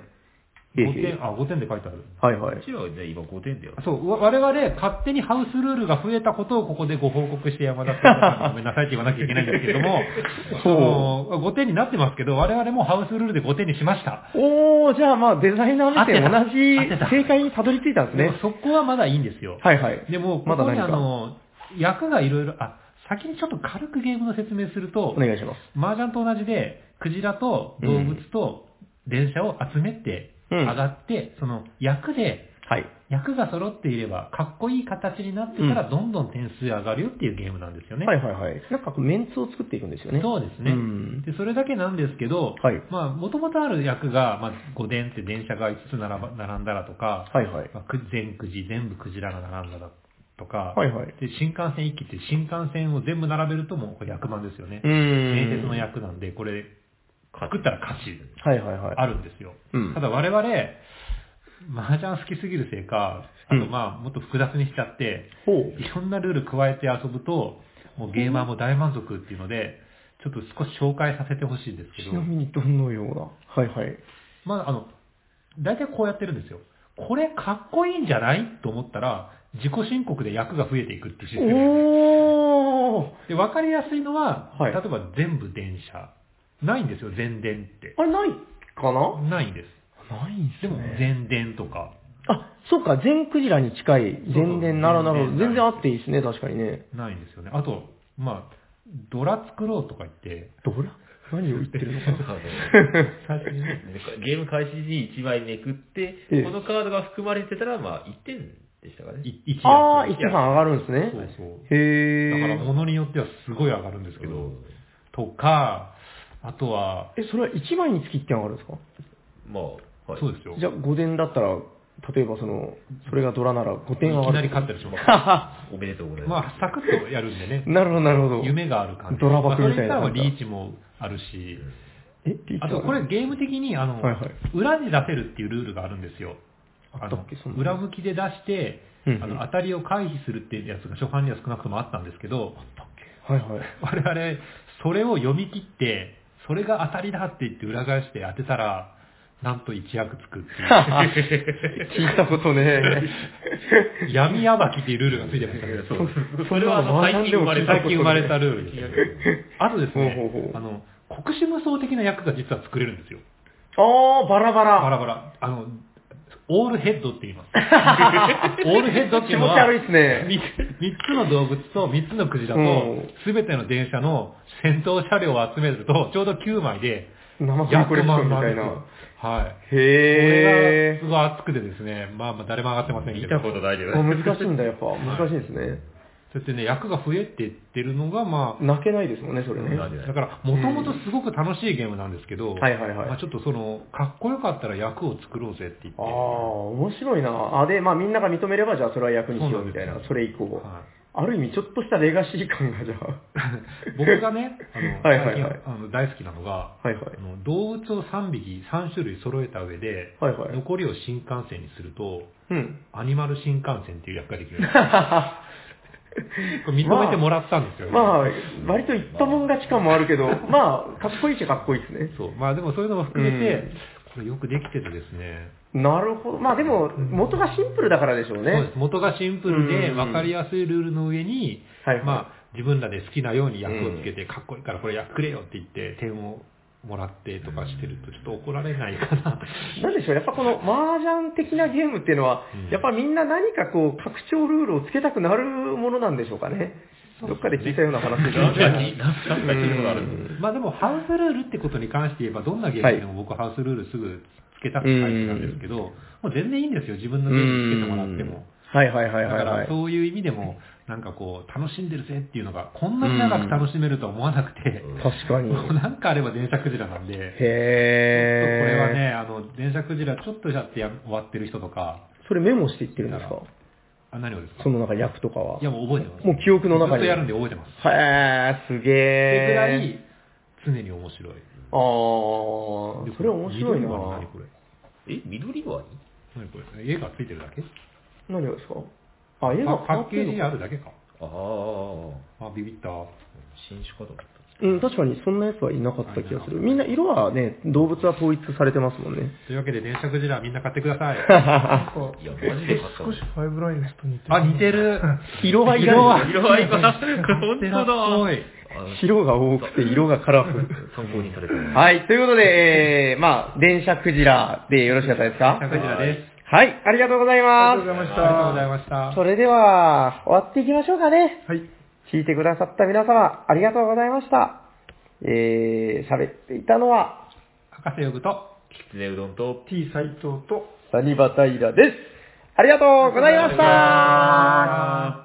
Speaker 4: 5点で書いてある。
Speaker 2: はいはい。
Speaker 3: うちはね、今5点だよ。
Speaker 4: そう、我々、勝手にハウスルールが増えたことをここでご報告して山田さんにごめんなさいって言わなきゃいけないんですけれども、5点になってますけど、我々もハウスルールで5点にしました。
Speaker 2: じゃあまあデザイナー目線同じ正解にたどり着いたんですね。
Speaker 4: そこはまだいいんですよ。
Speaker 2: はいはい。
Speaker 4: でも、ここに役がいろいろ、先にちょっと軽くゲームの説明すると、
Speaker 2: お願いします。
Speaker 4: 麻雀と同じで、クジラと動物と電車を集めて上がって、その役で、役が揃っていれば、かっこいい形になってからどんどん点数上がるよっていうゲームなんですよね。
Speaker 2: はいはいはい。なんかメンツを作っていくんですよね。
Speaker 4: そうですね。でそれだけなんですけど、まあ、もともとある役が、まあ、5電って電車が5つ並んだらとか、まあ、全部クジラが並んだらとか、で新幹線一機って新幹線を全部並べるともうこれ役満ですよね。伝説の役なんで、これ、作ったら勝ち、あるんですよ。ただ我々、麻雀好きすぎるせいか、あとまあ、もっと複雑にしちゃって、いろんなルール加えて遊ぶと、もうゲーマーも大満足っていうので、ちょっと少し紹介させてほしいんですけど。
Speaker 2: ちなみにどのような。
Speaker 4: まあ、大体こうやってるんですよ。これかっこいいんじゃないと思ったら、自己申告で役が増えていくっていうシステムで、わかりやすいのは、例えば全部電車。ないんですよ、全電って。
Speaker 2: あれないかな？
Speaker 4: ないんです。
Speaker 2: ないんですね。
Speaker 4: でも、全電とか。
Speaker 2: あ、そうか、全クジラに近い、全電なるほど。全然あっていいですね、確かにね。
Speaker 4: ないんですよね。あと、まあ、ドラ作ろうとか言って。
Speaker 2: ドラ？何を言ってるのかな
Speaker 3: 最初にね、ゲーム開始に1枚めくって、このカードが含まれてたら、まあ、1点でしたかね。
Speaker 2: 1点半上がるんですね。
Speaker 4: そうそう。へー。だから、物によってはすごい上がるんですけど、とか、あとは、
Speaker 2: それは1枚につき1点上がるんですか？
Speaker 3: まあ、
Speaker 4: そうですよ。
Speaker 2: じゃあ5点だったら、例えばそれがドラなら5点上がる。
Speaker 4: いきなり勝ったりします。
Speaker 3: おめでとうございます。
Speaker 4: まあ、サクッとやるんでね。
Speaker 2: なるほど、なるほど。
Speaker 4: 夢がある感じ。
Speaker 2: ドラバクみたいな。
Speaker 4: それからはリーチもあるし、
Speaker 2: リーチ
Speaker 4: あとこれゲーム的に、裏に出せるっていうルールがあるんですよ。裏向きで出して、当たりを回避するっていうやつが初版には少なくともあったんですけど、
Speaker 2: 我
Speaker 4: 々、それを読み切って、それが当たりだって言って裏返して当てたら、なんと一役つくっていう。
Speaker 2: 聞いたことね。
Speaker 4: 闇暴きっていうルールがついてましたけど、
Speaker 3: それは最近
Speaker 4: 生まれたルールです。あとですね、国士無双的な役が実は作れるんですよ。
Speaker 2: バラバラ。
Speaker 4: バラバラ。オールヘッドって言います。オールヘッドっていうのは、
Speaker 2: 気持ち悪いですね。
Speaker 4: 3つの動物と3つのクジラと、すべての電車の先頭車両を集めると、ちょうど9枚で、
Speaker 2: 生コレクションみたいな。
Speaker 4: はい。
Speaker 2: へー。
Speaker 4: これがすごい熱くてですね、まあ誰も上がってませんけど。
Speaker 3: 見たことないけど。
Speaker 2: 難しいんだ、やっぱ。難しいですね。
Speaker 4: そうやってね、役が増えていってるのが、まあ。
Speaker 2: 泣けないですもんね、それね。
Speaker 4: だから、もともとすごく楽しいゲームなんですけど、まあちょっとかっこよかったら役を作ろうぜって言って。
Speaker 2: 面白いな。で、まあみんなが認めれば、じゃあそれは役にしようみたいな、それ以降。ある意味、ちょっとしたレガシー感がじゃあ。
Speaker 4: 僕がね、大好きなのが、動物を3種類揃えた上で、残りを新幹線にすると、アニマル新幹線っていう役ができるんです。これ認めてもらったんですよね。
Speaker 2: まあ、割と言ったもん勝ち感もあるけど、まあ、かっこいいっちゃかっこいいですね。
Speaker 4: そう。まあでもそういうのも含めて、これよくできててですね。
Speaker 2: なるほど。まあでも、元がシンプルだからでしょうね。
Speaker 4: そうです。元がシンプルで分かりやすいルールの上に、まあ、自分らで好きなように役をつけて、かっこいいからこれ役くれよって言って、点をもらってとかしてるとちょっと怒られないかな。
Speaker 2: なんでしょう、やっぱこの麻雀的なゲームっていうのは、やっぱみんな何かこう、拡張ルールをつけたくなるものなんでしょうかね。どっかで聞いたような話ですね。
Speaker 4: まあでも、ハウスルールってことに関して言えば、どんなゲームでも僕ハウスルールすぐつけたくないなんですけど、もう全然いいんですよ、自分のゲームつけてもらっても。だからそういう意味でも、なんかこう、楽しんでるぜっていうのが、こんなに長く楽しめるとは思わなくて、
Speaker 2: 確かに。
Speaker 4: なんかあれば電車クジラなんで、
Speaker 2: へ
Speaker 4: これはね、電車クジラちょっとやって終わってる人とか。
Speaker 2: それメモしていってるんですか？
Speaker 4: 何をですか？
Speaker 2: そのなんか役とかは。
Speaker 4: いやもう覚えてます。
Speaker 2: もう記憶の中に。
Speaker 4: ずっとやるんで覚えてます。
Speaker 2: へー、すげー。
Speaker 4: ってぐらい常に面白い。
Speaker 2: それ面白いな。
Speaker 4: 何これ？
Speaker 3: 緑ワニ？
Speaker 4: 何これ？絵がついてるだけ？
Speaker 2: 何がですか？絵が
Speaker 4: パッケージにあるだけか。ビビった。
Speaker 3: 新種かと思った。
Speaker 2: 確かにそんなやつはいなかった気がする。みんな色はね、動物は統一されてますもんね。
Speaker 4: というわけで、電車クジラみんな買ってください。
Speaker 3: いや、マジで買った
Speaker 1: 少しファイブラインスと似てる。
Speaker 4: 似てる。
Speaker 2: 色合いが、
Speaker 3: 本当だ。
Speaker 2: 白が多くて色がカラフル。
Speaker 3: 参考にされてる。
Speaker 2: はい、ということで、電車クジラでよろしかったですか？
Speaker 4: 電車クジラです。
Speaker 2: はい、ありがとうございます。
Speaker 1: ありがとうございました。
Speaker 4: ありがとうございました。
Speaker 2: それでは、終わっていきましょうかね。
Speaker 1: はい。
Speaker 2: 聞いてくださった皆様、ありがとうございました。喋っていたのは、
Speaker 4: 博士呼ぶと、
Speaker 3: きつねうどんと、
Speaker 1: T 斎藤と、
Speaker 2: サニバタイラです。ありがとうございました。